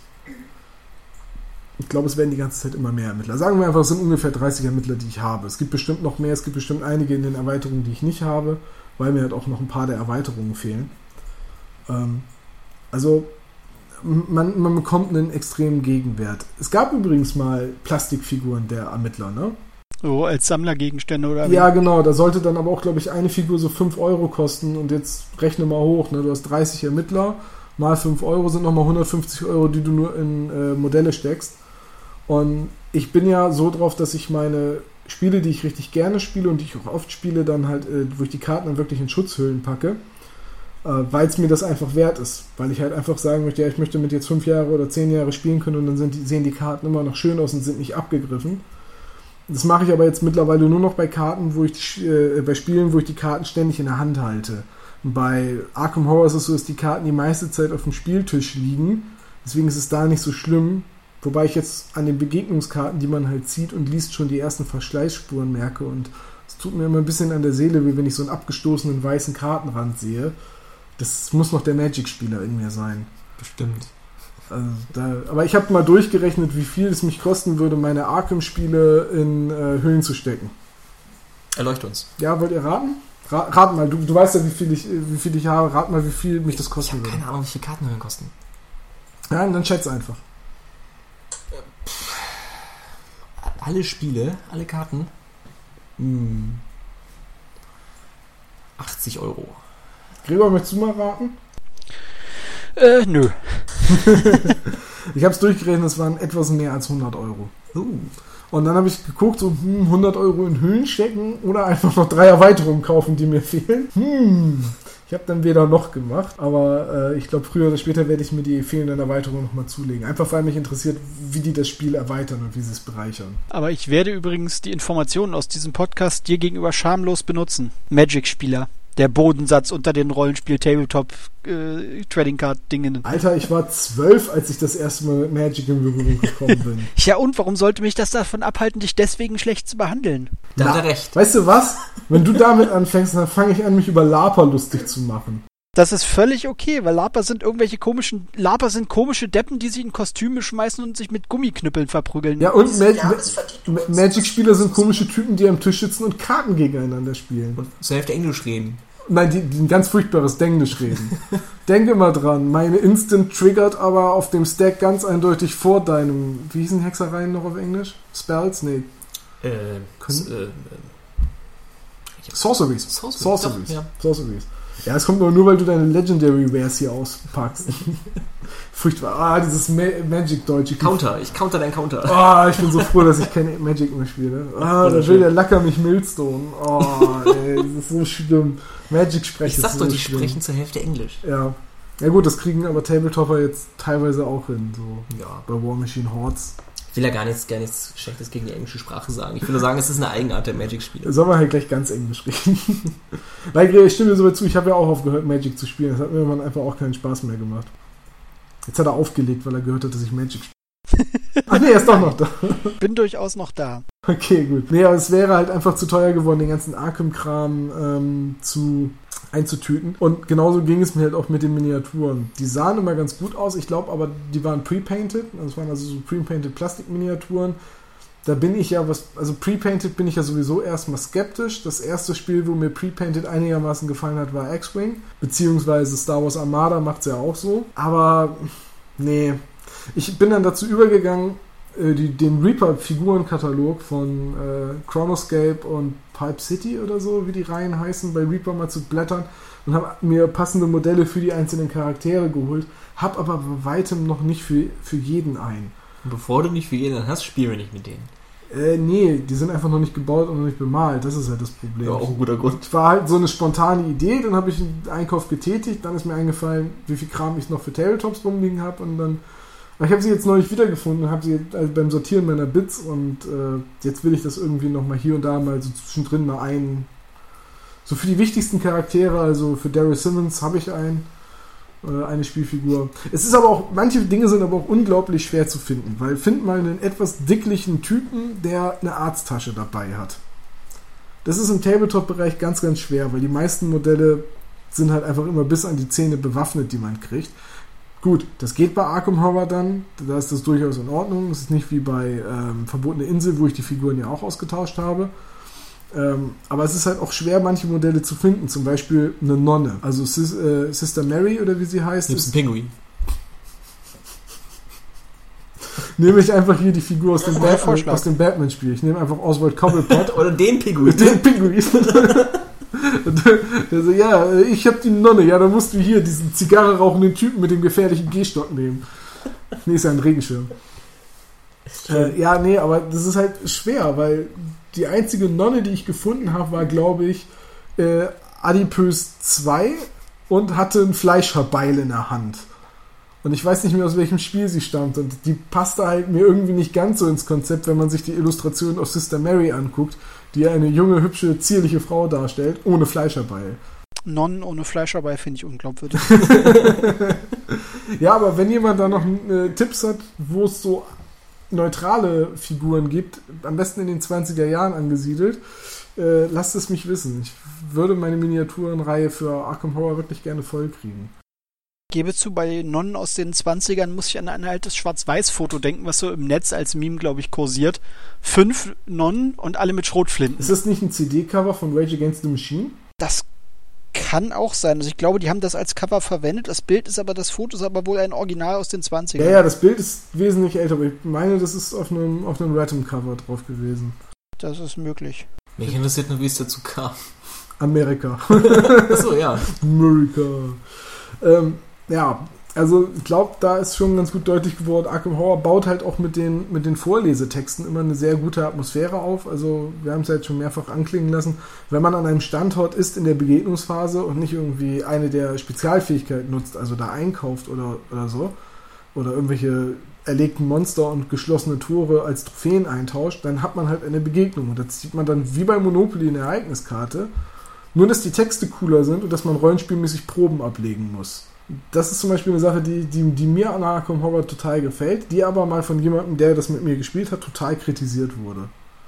Ich glaube, es werden die ganze Zeit immer mehr Ermittler. Sagen wir einfach, es sind ungefähr dreißig Ermittler, die ich habe. Es gibt bestimmt noch mehr, es gibt bestimmt einige in den Erweiterungen, die ich nicht habe, weil mir halt auch noch ein paar der Erweiterungen fehlen. Ähm, Also man, man bekommt einen extremen Gegenwert. Es gab übrigens mal Plastikfiguren der Ermittler, ne? So als Sammlergegenstände oder wie? Ja, genau. Da sollte dann aber auch, glaube ich, eine Figur so fünf Euro kosten. Und jetzt rechne mal hoch. Ne? Du hast dreißig Ermittler, mal fünf Euro sind nochmal hundertfünfzig Euro, die du nur in äh, Modelle steckst. Und ich bin ja so drauf, dass ich meine Spiele, die ich richtig gerne spiele und die ich auch oft spiele, dann halt, äh, wo ich die Karten dann wirklich in Schutzhüllen packe, äh, weil es mir das einfach wert ist. Weil ich halt einfach sagen möchte, ja, ich möchte mit jetzt fünf Jahre oder zehn Jahre spielen können und dann sind die, sehen die Karten immer noch schön aus und sind nicht abgegriffen. Das mache ich aber jetzt mittlerweile nur noch bei Karten, wo ich die, äh, bei Spielen, wo ich die Karten ständig in der Hand halte. Und bei Arkham Horror ist es so, dass die Karten die meiste Zeit auf dem Spieltisch liegen. Deswegen ist es da nicht so schlimm. Wobei ich jetzt an den Begegnungskarten, die man halt zieht und liest, schon die ersten Verschleißspuren merke. Und es tut mir immer ein bisschen an der Seele, wie wenn ich so einen abgestoßenen weißen Kartenrand sehe. Das muss noch der Magic-Spieler in mir sein. Bestimmt. Also da, aber ich habe mal durchgerechnet, wie viel es mich kosten würde, meine Arkham-Spiele in äh, Hüllen zu stecken. Erleuchte uns. Ja, wollt ihr raten? Ra- rat mal, du, du weißt ja, wie viel, ich, wie viel ich habe. Rat mal, wie viel mich das kosten ich würde. Ich habe keine Ahnung, wie viele Kartenhüllen kosten. Ja, dann schätze einfach. Alle Spiele, alle Karten? Hm. achtzig Euro. Gregor, möchtest du mal raten? Äh, nö. Ich habe es durchgerechnet, es waren etwas mehr als hundert Euro. Uh. Und dann habe ich geguckt, so hm, hundert Euro in Hüllen stecken oder einfach noch drei Erweiterungen kaufen, die mir fehlen. Hm. Ich habe dann weder noch gemacht, aber äh, ich glaube, früher oder später werde ich mir die fehlenden Erweiterungen nochmal zulegen. Einfach weil mich interessiert, wie die das Spiel erweitern und wie sie es bereichern. Aber ich werde übrigens die Informationen aus diesem Podcast dir gegenüber schamlos benutzen. Magic-Spieler. Der Bodensatz unter den Rollenspiel-Tabletop-Trading-Card-Dingen. Alter, ich war zwölf, als ich das erste Mal mit Magic in Berührung gekommen bin. Ja, und warum sollte mich das davon abhalten, dich deswegen schlecht zu behandeln? Da Na, hat er recht. Weißt du was? Wenn du damit anfängst, dann fange ich an, mich über Laper lustig zu machen. Das ist völlig okay, weil Laper sind irgendwelche komischen, Laper sind komische Deppen, die sich in Kostüme schmeißen und sich mit Gummiknüppeln verprügeln. Ja, und Ma- Ma- Magic-Spieler sind komische Typen, die am Tisch sitzen und Karten gegeneinander spielen. Und zur Hälfte Englisch reden. Nein, die, die ein ganz furchtbares Denglisch reden. Denke mal dran, meine Instant triggert aber auf dem Stack ganz eindeutig vor deinem, wie hießen Hexereien noch auf Englisch? Spells? Nee. Äh, Können- äh, äh, Sorceries. Sorceries. Sorceries. Doch, ja. Sorceries. Ja, es kommt aber nur, weil du deine Legendary Wares hier auspackst. Furchtbar. Ah, dieses Ma- Magic-Deutsche. Counter, ich counter deinen Counter. Ah, ich bin so froh, dass ich keine Magic mehr spiele. Ah, da will der Lacker mich Millstone. Oh, ey, das ist so schlimm. Magic sprechen. Ich sag ist doch, so die schlimm. sprechen zur Hälfte Englisch. Ja. Ja gut, das kriegen aber Tabletopper jetzt teilweise auch hin, so Ja. bei War Machine Hordes. Ich will ja gar nichts, gar nichts Schlechtes gegen die englische Sprache sagen. Ich will nur sagen, es ist eine Eigenart der Magic-Spiele. Sollen wir halt gleich ganz Englisch reden. Weil ich stimme dir so weit zu, ich habe ja auch aufgehört, Magic zu spielen. Das hat mir irgendwann einfach auch keinen Spaß mehr gemacht. Jetzt hat er aufgelegt, weil er gehört hat, dass ich Magic spiele. Ach nee, er ist doch noch da. Bin durchaus noch da. Okay, gut. Nee, aber es wäre halt einfach zu teuer geworden, den ganzen Arkham-Kram ähm, zu einzutüten. Und genauso ging es mir halt auch mit den Miniaturen. Die sahen immer ganz gut aus, ich glaube aber, die waren pre-painted. Also es waren also so pre-painted Plastikminiaturen. Da bin ich ja was, also pre-painted bin ich ja sowieso erstmal skeptisch. Das erste Spiel, wo mir pre-painted einigermaßen gefallen hat, war X-Wing. Beziehungsweise Star Wars Armada macht es ja auch so. Aber nee, ich bin dann dazu übergegangen, Die, den Reaper-Figurenkatalog von äh, Chronoscape und Pipe City oder so, wie die Reihen heißen, bei Reaper mal zu blättern und habe mir passende Modelle für die einzelnen Charaktere geholt, habe aber bei weitem noch nicht für, für jeden einen. Und bevor du nicht für jeden hast, spielen wir nicht mit denen. Äh, nee, die sind einfach noch nicht gebaut und noch nicht bemalt, das ist halt das Problem. Ja, auch ein guter Grund. Es war halt so eine spontane Idee, dann habe ich einen Einkauf getätigt, dann ist mir eingefallen, wie viel Kram ich noch für Tabletops rumliegen habe und dann ich habe sie jetzt neulich wiedergefunden, habe sie also beim Sortieren meiner Bits und äh, jetzt will ich das irgendwie nochmal hier und da mal so zwischendrin mal ein. So für die wichtigsten Charaktere, also für Daryl Simmons habe ich ein, äh, eine Spielfigur. Es ist aber auch, manche Dinge sind aber auch unglaublich schwer zu finden, weil find mal einen etwas dicklichen Typen, der eine Arzttasche dabei hat. Das ist im Tabletop-Bereich ganz, ganz schwer, weil die meisten Modelle sind halt einfach immer bis an die Zähne bewaffnet, die man kriegt. Gut, das geht bei Arkham Horror dann, da ist das durchaus in Ordnung. Es ist nicht wie bei ähm, Verbotene Insel, wo ich die Figuren ja auch ausgetauscht habe. Ähm, aber es ist halt auch schwer, manche Modelle zu finden. Zum Beispiel eine Nonne, also Sis, äh, Sister Mary oder wie sie heißt. Gibt es einen Pinguin? nehme ich einfach hier die Figur aus dem, Batman, aus dem Batman-Spiel. Ich nehme einfach Oswald Cobblepot. Oder den Pinguin. Den Pinguin. Also, ja, ich hab die Nonne. Ja, dann musst du hier diesen Zigarre rauchenden Typen mit dem gefährlichen Gehstock nehmen. Nee, ist ja ein Regenschirm. Äh, ja, nee, aber das ist halt schwer, weil die einzige Nonne, die ich gefunden habe, war, glaube ich, äh, Adipös zwei und hatte ein Fleischerbeil in der Hand. Und ich weiß nicht mehr, aus welchem Spiel sie stammt. Und die passte halt mir irgendwie nicht ganz so ins Konzept, wenn man sich die Illustration aus Sister Mary anguckt, die eine junge, hübsche, zierliche Frau darstellt, ohne Fleischerbeil. Nonnen ohne Fleischerbeil finde ich unglaubwürdig. Ja, aber wenn jemand da noch äh, Tipps hat, wo es so neutrale Figuren gibt, am besten in den zwanziger Jahren angesiedelt, äh, lasst es mich wissen. Ich würde meine Miniaturenreihe für Arkham Horror wirklich gerne voll kriegen. Ich gebe zu, bei Nonnen aus den zwanzigern muss ich an ein altes Schwarz-Weiß-Foto denken, was so im Netz als Meme, glaube ich, kursiert. Fünf Nonnen und alle mit Schrotflinten. Ist das nicht ein C D-Cover von Rage Against the Machine? Das kann auch sein. Also ich glaube, die haben das als Cover verwendet. Das Bild ist aber, das Foto ist aber wohl ein Original aus den zwanzigern. Ja, ja, das Bild ist wesentlich älter, aber ich meine, das ist auf einem, auf einem Random-Cover drauf gewesen. Das ist möglich. Mich interessiert nur, wie es dazu kam. Amerika. Achso, ja. Amerika. Ähm, ja, also ich glaube, da ist schon ganz gut deutlich geworden, Arkham Horror baut halt auch mit den, mit den Vorlesetexten immer eine sehr gute Atmosphäre auf. Also wir haben es ja jetzt schon mehrfach anklingen lassen. Wenn man an einem Standort ist in der Begegnungsphase und nicht irgendwie eine der Spezialfähigkeiten nutzt, also da einkauft oder, oder so, oder irgendwelche erlegten Monster und geschlossene Tore als Trophäen eintauscht, dann hat man halt eine Begegnung. Und das sieht man dann wie bei Monopoly eine Ereigniskarte. Nur, dass die Texte cooler sind und dass man rollenspielmäßig Proben ablegen muss. Das ist zum Beispiel eine Sache, die, die, die mir an Arkham Horror total gefällt, die aber mal von jemandem, der das mit mir gespielt hat, total kritisiert wurde.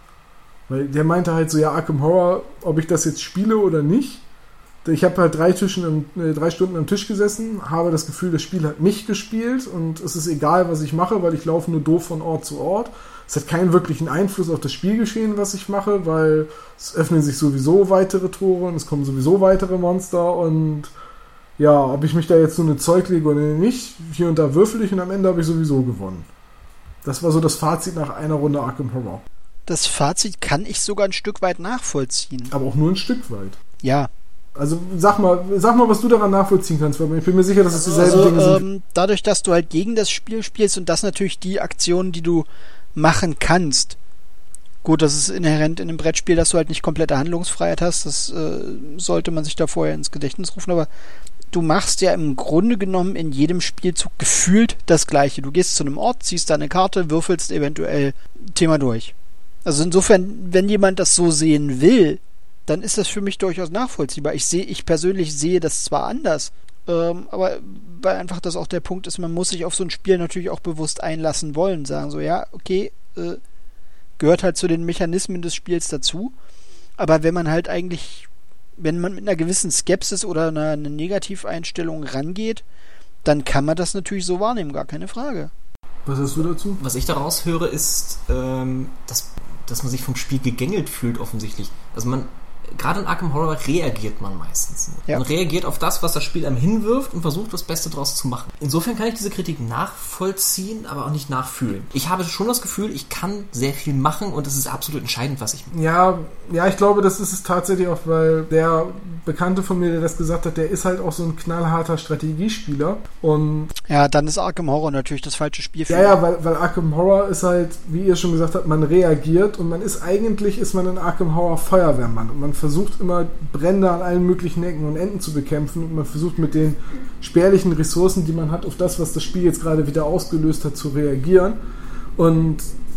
Weil der meinte halt so, ja, Arkham Horror, ob ich das jetzt spiele oder nicht. Ich habe halt drei, Tischen im, äh, drei Stunden am Tisch gesessen, habe das Gefühl, das Spiel hat mich gespielt und es ist egal, was ich mache, weil ich laufe nur doof von Ort zu Ort. Es hat keinen wirklichen Einfluss auf das Spielgeschehen, was ich mache, weil es öffnen sich sowieso weitere Tore und es kommen sowieso weitere Monster und ja, ob ich mich da jetzt so eine Zeug lege oder nicht, hier und da würfel ich und am Ende habe ich sowieso gewonnen. Das war so das Fazit nach einer Runde Arkham Horror. Das Fazit kann ich sogar ein Stück weit nachvollziehen. Aber auch nur ein Stück weit. Ja. Also sag mal, sag mal, was du daran nachvollziehen kannst, weil ich bin mir sicher, dass es dieselben also, Dinge sind. Ähm, dadurch, dass du halt gegen das Spiel spielst und das natürlich die Aktionen, die du machen kannst. Gut, das ist inhärent in einem Brettspiel, dass du halt nicht komplette Handlungsfreiheit hast. Das äh, sollte man sich da vorher ins Gedächtnis rufen, aber du machst ja im Grunde genommen in jedem Spielzug gefühlt das Gleiche. Du gehst zu einem Ort, ziehst da eine Karte, würfelst eventuell Thema durch. Also insofern, wenn jemand das so sehen will, dann ist das für mich durchaus nachvollziehbar. Ich sehe, ich persönlich sehe das zwar anders, ähm, aber weil einfach das auch der Punkt ist, man muss sich auf so ein Spiel natürlich auch bewusst einlassen wollen, sagen so, ja, okay, äh, gehört halt zu den Mechanismen des Spiels dazu, aber wenn man halt eigentlich, wenn man mit einer gewissen Skepsis oder einer, einer Negativeinstellung rangeht, dann kann man das natürlich so wahrnehmen, gar keine Frage. Was hast du dazu? Was ich daraus höre, ist, ähm, dass, dass man sich vom Spiel gegängelt fühlt, offensichtlich. Also man, gerade in Arkham Horror reagiert man meistens. Ja. Man reagiert auf das, was das Spiel einem hinwirft und versucht, das Beste draus zu machen. Insofern kann ich diese Kritik nachvollziehen, aber auch nicht nachfühlen. Ich habe schon das Gefühl, ich kann sehr viel machen und es ist absolut entscheidend, was ich mache. Ja, ja, ich glaube, das ist es tatsächlich auch, weil der Bekannte von mir, der das gesagt hat, der ist halt auch so ein knallharter Strategiespieler und ja, dann ist Arkham Horror natürlich das falsche Spiel für Ja, ja, weil, weil Arkham Horror ist halt, wie ihr schon gesagt habt, man reagiert und man ist eigentlich, ist man in Arkham Horror Feuerwehrmann und man versucht immer Brände an allen möglichen Ecken und Enden zu bekämpfen und man versucht mit den spärlichen Ressourcen, die man hat, auf das, was das Spiel jetzt gerade wieder ausgelöst hat, zu reagieren. Und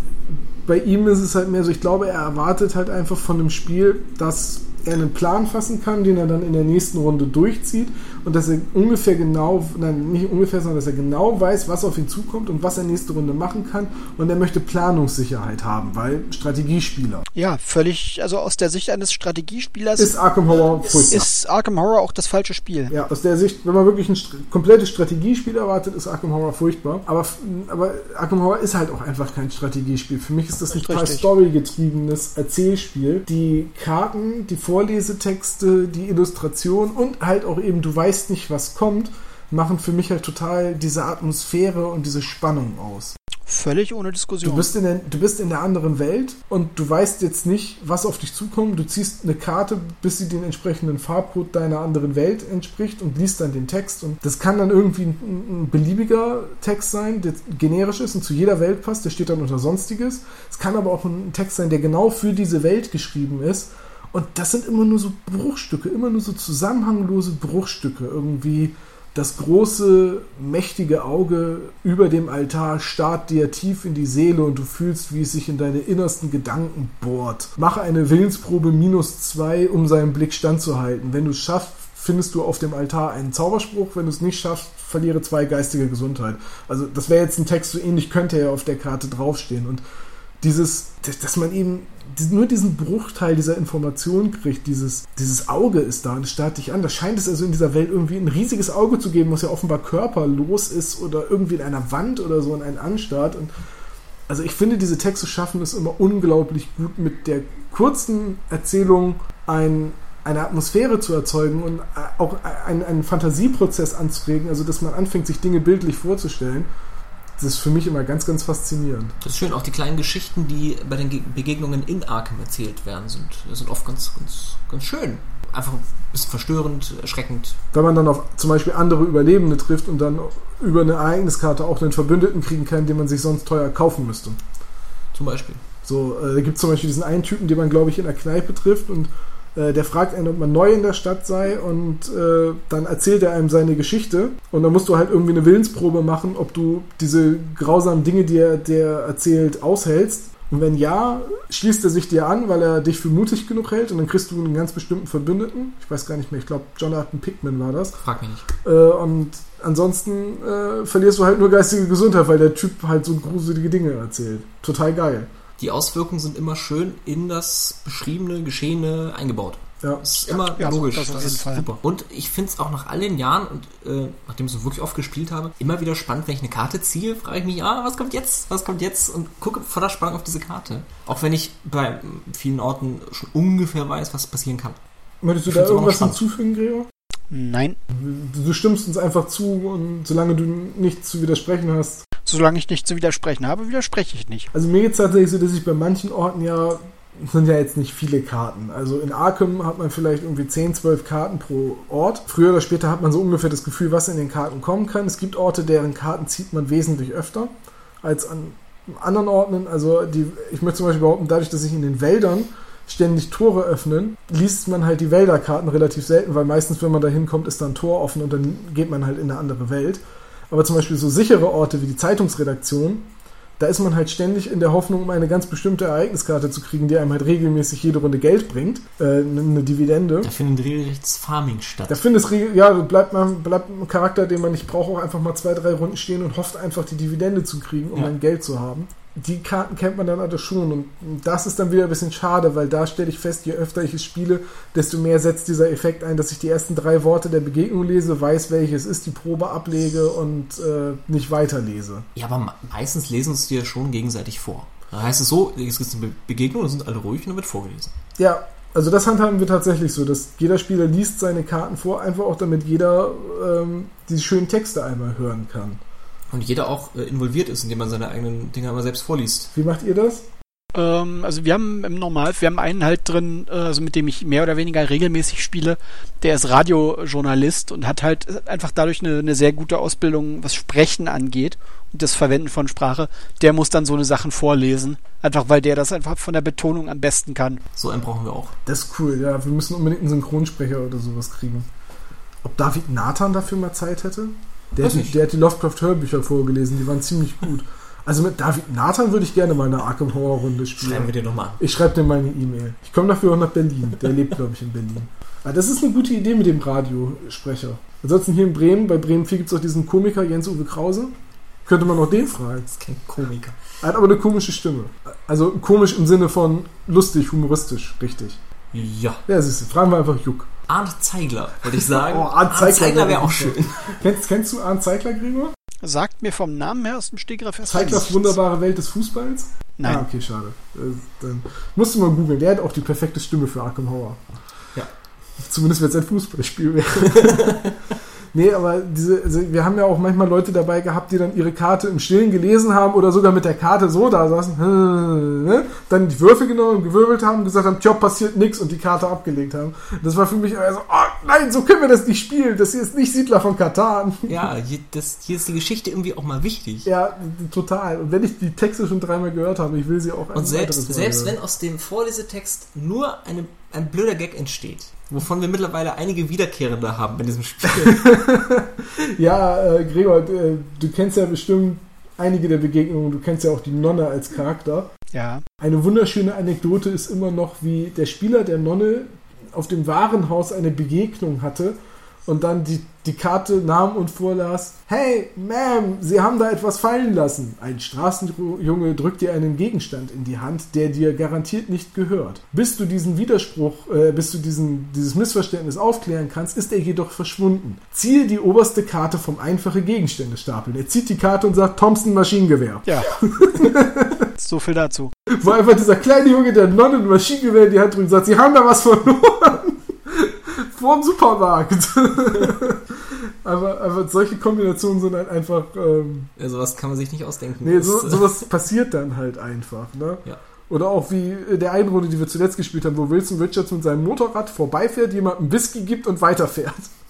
bei ihm ist es halt mehr so, ich glaube, er erwartet halt einfach von dem Spiel, dass er einen Plan fassen kann, den er dann in der nächsten Runde durchzieht und dass er ungefähr genau, nein, nicht ungefähr, sondern dass er genau weiß, was auf ihn zukommt und was er nächste Runde machen kann und er möchte Planungssicherheit haben, weil Strategiespieler. Ja, völlig, also aus der Sicht eines Strategiespielers ist Arkham Horror furchtbar. Ist Arkham Horror auch das falsche Spiel. Ja, aus der Sicht, wenn man wirklich ein st- komplettes Strategiespiel erwartet, ist Arkham Horror furchtbar, aber, aber Arkham Horror ist halt auch einfach kein Strategiespiel. Für mich ist das ein total storygetriebenes Erzählspiel. Die Karten, die Vorlesetexte, die Illustration und halt auch eben, du weißt nicht, was kommt, machen für mich halt total diese Atmosphäre und diese Spannung aus. Völlig ohne Diskussion. Du bist, in der, du bist in der anderen Welt und du weißt jetzt nicht, was auf dich zukommt. Du ziehst eine Karte, bis sie den entsprechenden Farbcode deiner anderen Welt entspricht und liest dann den Text. Und das kann dann irgendwie ein, ein beliebiger Text sein, der generisch ist und zu jeder Welt passt. Der steht dann unter Sonstiges. Es kann aber auch ein Text sein, der genau für diese Welt geschrieben ist. Und das sind immer nur so Bruchstücke, immer nur so zusammenhanglose Bruchstücke. Irgendwie das große, mächtige Auge über dem Altar starrt dir tief in die Seele und du fühlst, wie es sich in deine innersten Gedanken bohrt. Mache eine Willensprobe minus zwei, um seinen Blick standzuhalten. Wenn du es schaffst, findest du auf dem Altar einen Zauberspruch. Wenn du es nicht schaffst, verliere zwei geistige Gesundheit. Also das wäre jetzt ein Text, so ähnlich könnte er auf der Karte draufstehen. Und dieses, dass man eben nur diesen Bruchteil dieser Information kriegt, dieses, dieses Auge ist da und es starrt dich an. Da scheint es also in dieser Welt irgendwie ein riesiges Auge zu geben, was ja offenbar körperlos ist oder irgendwie in einer Wand oder so in einen anstarrt. Und also ich finde, diese Texte schaffen es immer unglaublich gut, mit der kurzen Erzählung ein, eine Atmosphäre zu erzeugen und auch einen, einen Fantasieprozess anzuregen, also dass man anfängt, sich Dinge bildlich vorzustellen. Das ist für mich immer ganz, ganz faszinierend. Das ist schön, auch die kleinen Geschichten, die bei den Ge- Begegnungen in Arkham erzählt werden, sind, sind oft ganz, ganz, ganz schön. Einfach ein bisschen verstörend, erschreckend. Wenn man dann auf zum Beispiel andere Überlebende trifft und dann über eine Ereigniskarte auch einen Verbündeten kriegen kann, den man sich sonst teuer kaufen müsste. Zum Beispiel. So, äh, da gibt es zum Beispiel diesen einen Typen, den man, glaube ich, in der Kneipe trifft und äh, der fragt einen, ob man neu in der Stadt sei und äh, dann erzählt er einem seine Geschichte und dann musst du halt irgendwie eine Willensprobe machen, ob du diese grausamen Dinge, die er dir erzählt, aushältst. Und wenn ja, schließt er sich dir an, weil er dich für mutig genug hält und dann kriegst du einen ganz bestimmten Verbündeten. Ich weiß gar nicht mehr, ich glaube Jonathan Pickman war das. Frag mich nicht. Äh, und ansonsten äh, verlierst du halt nur geistige Gesundheit, weil der Typ halt so gruselige Dinge erzählt. Total geil. Die Auswirkungen sind immer schön in das beschriebene, Geschehene eingebaut. Ja. Das ist immer ja, logisch. Das, das, das ist ist super. Und ich finde es auch nach all den Jahren und äh, nachdem ich es wirklich oft gespielt habe, immer wieder spannend, wenn ich eine Karte ziehe, frage ich mich, ah, was kommt jetzt? Was kommt jetzt? Und gucke voller Spannung auf diese Karte. Auch wenn ich bei vielen Orten schon ungefähr weiß, was passieren kann. Möchtest du da irgendwas hinzufügen, Gregor? Nein. Du stimmst uns einfach zu und solange du nichts zu widersprechen hast. Solange ich nichts zu widersprechen habe, widerspreche ich nicht. Also mir geht es tatsächlich so, dass ich bei manchen Orten ja, sind ja jetzt nicht viele Karten. Also in Arkham hat man vielleicht irgendwie zehn, zwölf Karten pro Ort. Früher oder später hat man so ungefähr das Gefühl, was in den Karten kommen kann. Es gibt Orte, deren Karten zieht man wesentlich öfter als an anderen Orten. Also die, ich möchte zum Beispiel behaupten, dadurch, dass sich in den Wäldern ständig Tore öffnen, liest man halt die Wälderkarten relativ selten, weil meistens, wenn man da hinkommt, ist da ein Tor offen und dann geht man halt in eine andere Welt. Aber zum Beispiel so sichere Orte wie die Zeitungsredaktion, da ist man halt ständig in der Hoffnung, um eine ganz bestimmte Ereigniskarte zu kriegen, die einem halt regelmäßig jede Runde Geld bringt, äh, eine Dividende. Da findet regelrechtes Farming statt. Da findet es, ja, bleibt man bleibt ein Charakter, den man nicht braucht, auch einfach mal zwei, drei Runden stehen und hofft einfach die Dividende zu kriegen, um ja. dann Geld zu haben. Die Karten kennt man dann alle schon und das ist dann wieder ein bisschen schade, weil da stelle ich fest, je öfter ich es spiele, desto mehr setzt dieser Effekt ein, dass ich die ersten drei Worte der Begegnung lese, weiß, welches ist, die Probe ablege und äh, nicht weiterlese. Ja, aber meistens lesen es dir schon gegenseitig vor. Da heißt es so, es gibt eine Begegnung, dann sind alle ruhig und dann wird vorgelesen. Ja, also das handhaben wir tatsächlich so, dass jeder Spieler liest seine Karten vor, einfach auch damit jeder ähm, die schönen Texte einmal hören kann. Und jeder auch äh, involviert ist, indem man seine eigenen Dinge einmal selbst vorliest. Wie macht ihr das? Ähm, also wir haben im Normal, wir haben einen halt drin, äh, also mit dem ich mehr oder weniger regelmäßig spiele, der ist Radiojournalist und hat halt einfach dadurch eine, eine sehr gute Ausbildung, was Sprechen angeht und das Verwenden von Sprache. Der muss dann so eine Sachen vorlesen, einfach weil der das einfach von der Betonung am besten kann. So einen brauchen wir auch. Das ist cool, ja. Wir müssen unbedingt einen Synchronsprecher oder sowas kriegen. Ob David Nathan dafür mal Zeit hätte? Der, hat, der hat die Lovecraft-Hörbücher vorgelesen, die waren ziemlich gut. Also mit David Nathan würde ich gerne mal eine Arkham Horror Runde spielen. Schreiben wir dir nochmal an. Ich schreibe dir mal eine E-Mail. Ich komme dafür auch nach Berlin. Der lebt, glaube ich, in Berlin. Aber das ist eine gute Idee mit dem Radiosprecher. Ansonsten hier in Bremen, bei Bremen vier gibt es auch diesen Komiker Jens-Uwe Krause. Könnte man auch den fragen. Das ist kein Komiker. Er hat aber eine komische Stimme. Also komisch im Sinne von lustig, humoristisch, richtig. Ja. Ja, siehst du, fragen wir einfach Juck. Arndt Zeigler, würde ich sagen. Oh, Arndt Zeigler, Zeigler wäre auch schön. Kennst, kennst du Arndt Zeigler, Gregor? Sagt mir vom Namen her aus dem Stegreif erst Zeiglers wunderbare Welt des Fußballs? Nein. Ah, okay, schade. Dann musst du mal googeln. Der hat auch die perfekte Stimme für Arkham Horror. Ja. Zumindest wenn es ein Fußballspiel wäre. Nee, aber diese, also wir haben ja auch manchmal Leute dabei gehabt, die dann ihre Karte im Stillen gelesen haben oder sogar mit der Karte so da saßen, ne? Dann die Würfel genommen und gewirbelt haben, gesagt haben, tja, passiert nix und die Karte abgelegt haben. Das war für mich also, oh nein, so können wir das nicht spielen. Das hier ist nicht Siedler von Katan. Ja, hier, das, hier ist die Geschichte irgendwie auch mal wichtig. Ja, total. Und wenn ich die Texte schon dreimal gehört habe, ich will sie auch ein Und selbst, selbst wenn aus dem Vorlesetext nur eine, ein blöder Gag entsteht, wovon wir mittlerweile einige Wiederkehrende haben in diesem Spiel. Ja, äh, Gregor, äh, du kennst ja bestimmt einige der Begegnungen, du kennst ja auch die Nonne als Charakter. Ja. Eine wunderschöne Anekdote ist immer noch, wie der Spieler der Nonne auf dem Warenhaus eine Begegnung hatte und dann die, die Karte nahm und vorlas: Hey, Ma'am, Sie haben da etwas fallen lassen. Ein Straßenjunge drückt dir einen Gegenstand in die Hand, der dir garantiert nicht gehört. Bis du diesen Widerspruch, äh, bis du diesen, dieses Missverständnis aufklären kannst, ist er jedoch verschwunden. Ziehe die oberste Karte vom einfache Gegenstände stapeln. Er zieht die Karte und sagt: Thompson Maschinengewehr. Ja. So viel dazu. Wo einfach dieser kleine Junge, der Nonne ein Maschinengewehr in die Hand drückt und sagt: Sie haben da was verloren. Vorm Supermarkt. aber, aber solche Kombinationen sind halt einfach... Ähm, ja, sowas kann man sich nicht ausdenken. Nee, so, sowas passiert dann halt einfach. Ne? Ja. Oder auch wie in der einen Runde, die wir zuletzt gespielt haben, wo Wilson Richards mit seinem Motorrad vorbeifährt, jemandem Whisky gibt und weiterfährt.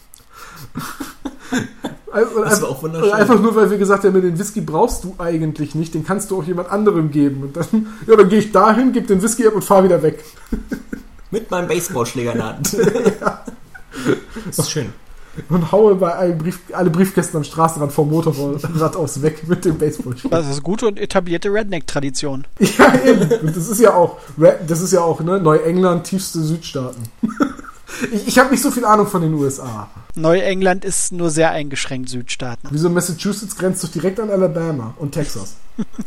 Also, das war auch wunderschön. Einfach nur, weil wir gesagt haben, den Whisky brauchst du eigentlich nicht, den kannst du auch jemand anderem geben. Und dann, ja, dann gehe ich dahin, gebe den Whisky ab und fahre wieder weg. Mit meinem Baseballschläger in der Hand. Ja. Das ist schön. Und haue bei allen Brief, alle Briefkästen am Straßenrand vom Motorrad aus weg mit dem Baseballschläger. Das ist gute und etablierte Redneck-Tradition. Ja, eben. Und das ist ja auch, das ist ja auch, ne, Neuengland, tiefste Südstaaten. Ich, ich habe nicht so viel Ahnung von den U S A. Neuengland ist nur sehr eingeschränkt Südstaaten. Wieso Massachusetts grenzt doch direkt an Alabama und Texas.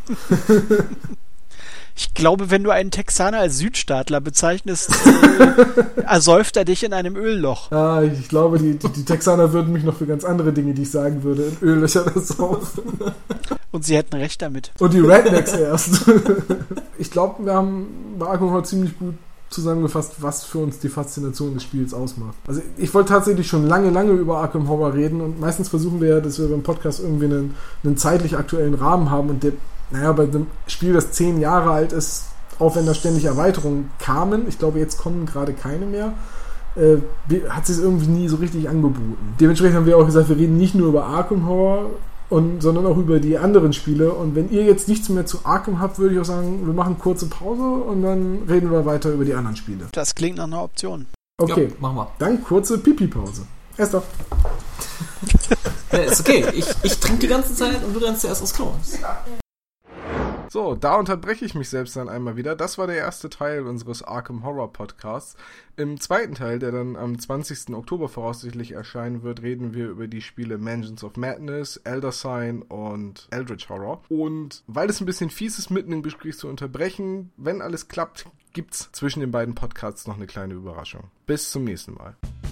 Ich glaube, wenn du einen Texaner als Südstaatler bezeichnest, äh, ersäuft er dich in einem Ölloch. Ah, ich glaube, die, die, die Texaner würden mich noch für ganz andere Dinge, die ich sagen würde, in Öllöcher ersaufen. Und sie hätten recht damit. Und die Rednecks erst. Ich glaube, wir haben bei Arkham Horror ziemlich gut zusammengefasst, was für uns die Faszination des Spiels ausmacht. Also ich wollte tatsächlich schon lange, lange über Arkham Horror reden und meistens versuchen wir ja, dass wir beim Podcast irgendwie einen, einen zeitlich aktuellen Rahmen haben und der, naja, bei einem Spiel, das zehn Jahre alt ist, auch wenn da ständig Erweiterungen kamen, ich glaube, jetzt kommen gerade keine mehr, äh, hat sich irgendwie nie so richtig angeboten. Dementsprechend haben wir auch gesagt, wir reden nicht nur über Arkham Horror, Und, sondern auch über die anderen Spiele. Und wenn ihr jetzt nichts mehr zu Arkham habt, würde ich auch sagen, wir machen kurze Pause und dann reden wir weiter über die anderen Spiele. Das klingt nach einer Option. Okay, ja, machen wir. Dann kurze Pipi-Pause. Esther. Ja, ist okay. Ich, ich trinke die ganze Zeit und du rennst zuerst aufs Klo. So, da unterbreche ich mich selbst dann einmal wieder. Das war der erste Teil unseres Arkham Horror Podcasts. Im zweiten Teil, der dann am zwanzigsten Oktober voraussichtlich erscheinen wird, reden wir über die Spiele Mansions of Madness, Elder Sign und Eldritch Horror. Und weil es ein bisschen fies ist, mitten im Gespräch zu unterbrechen, wenn alles klappt, gibt's zwischen den beiden Podcasts noch eine kleine Überraschung. Bis zum nächsten Mal.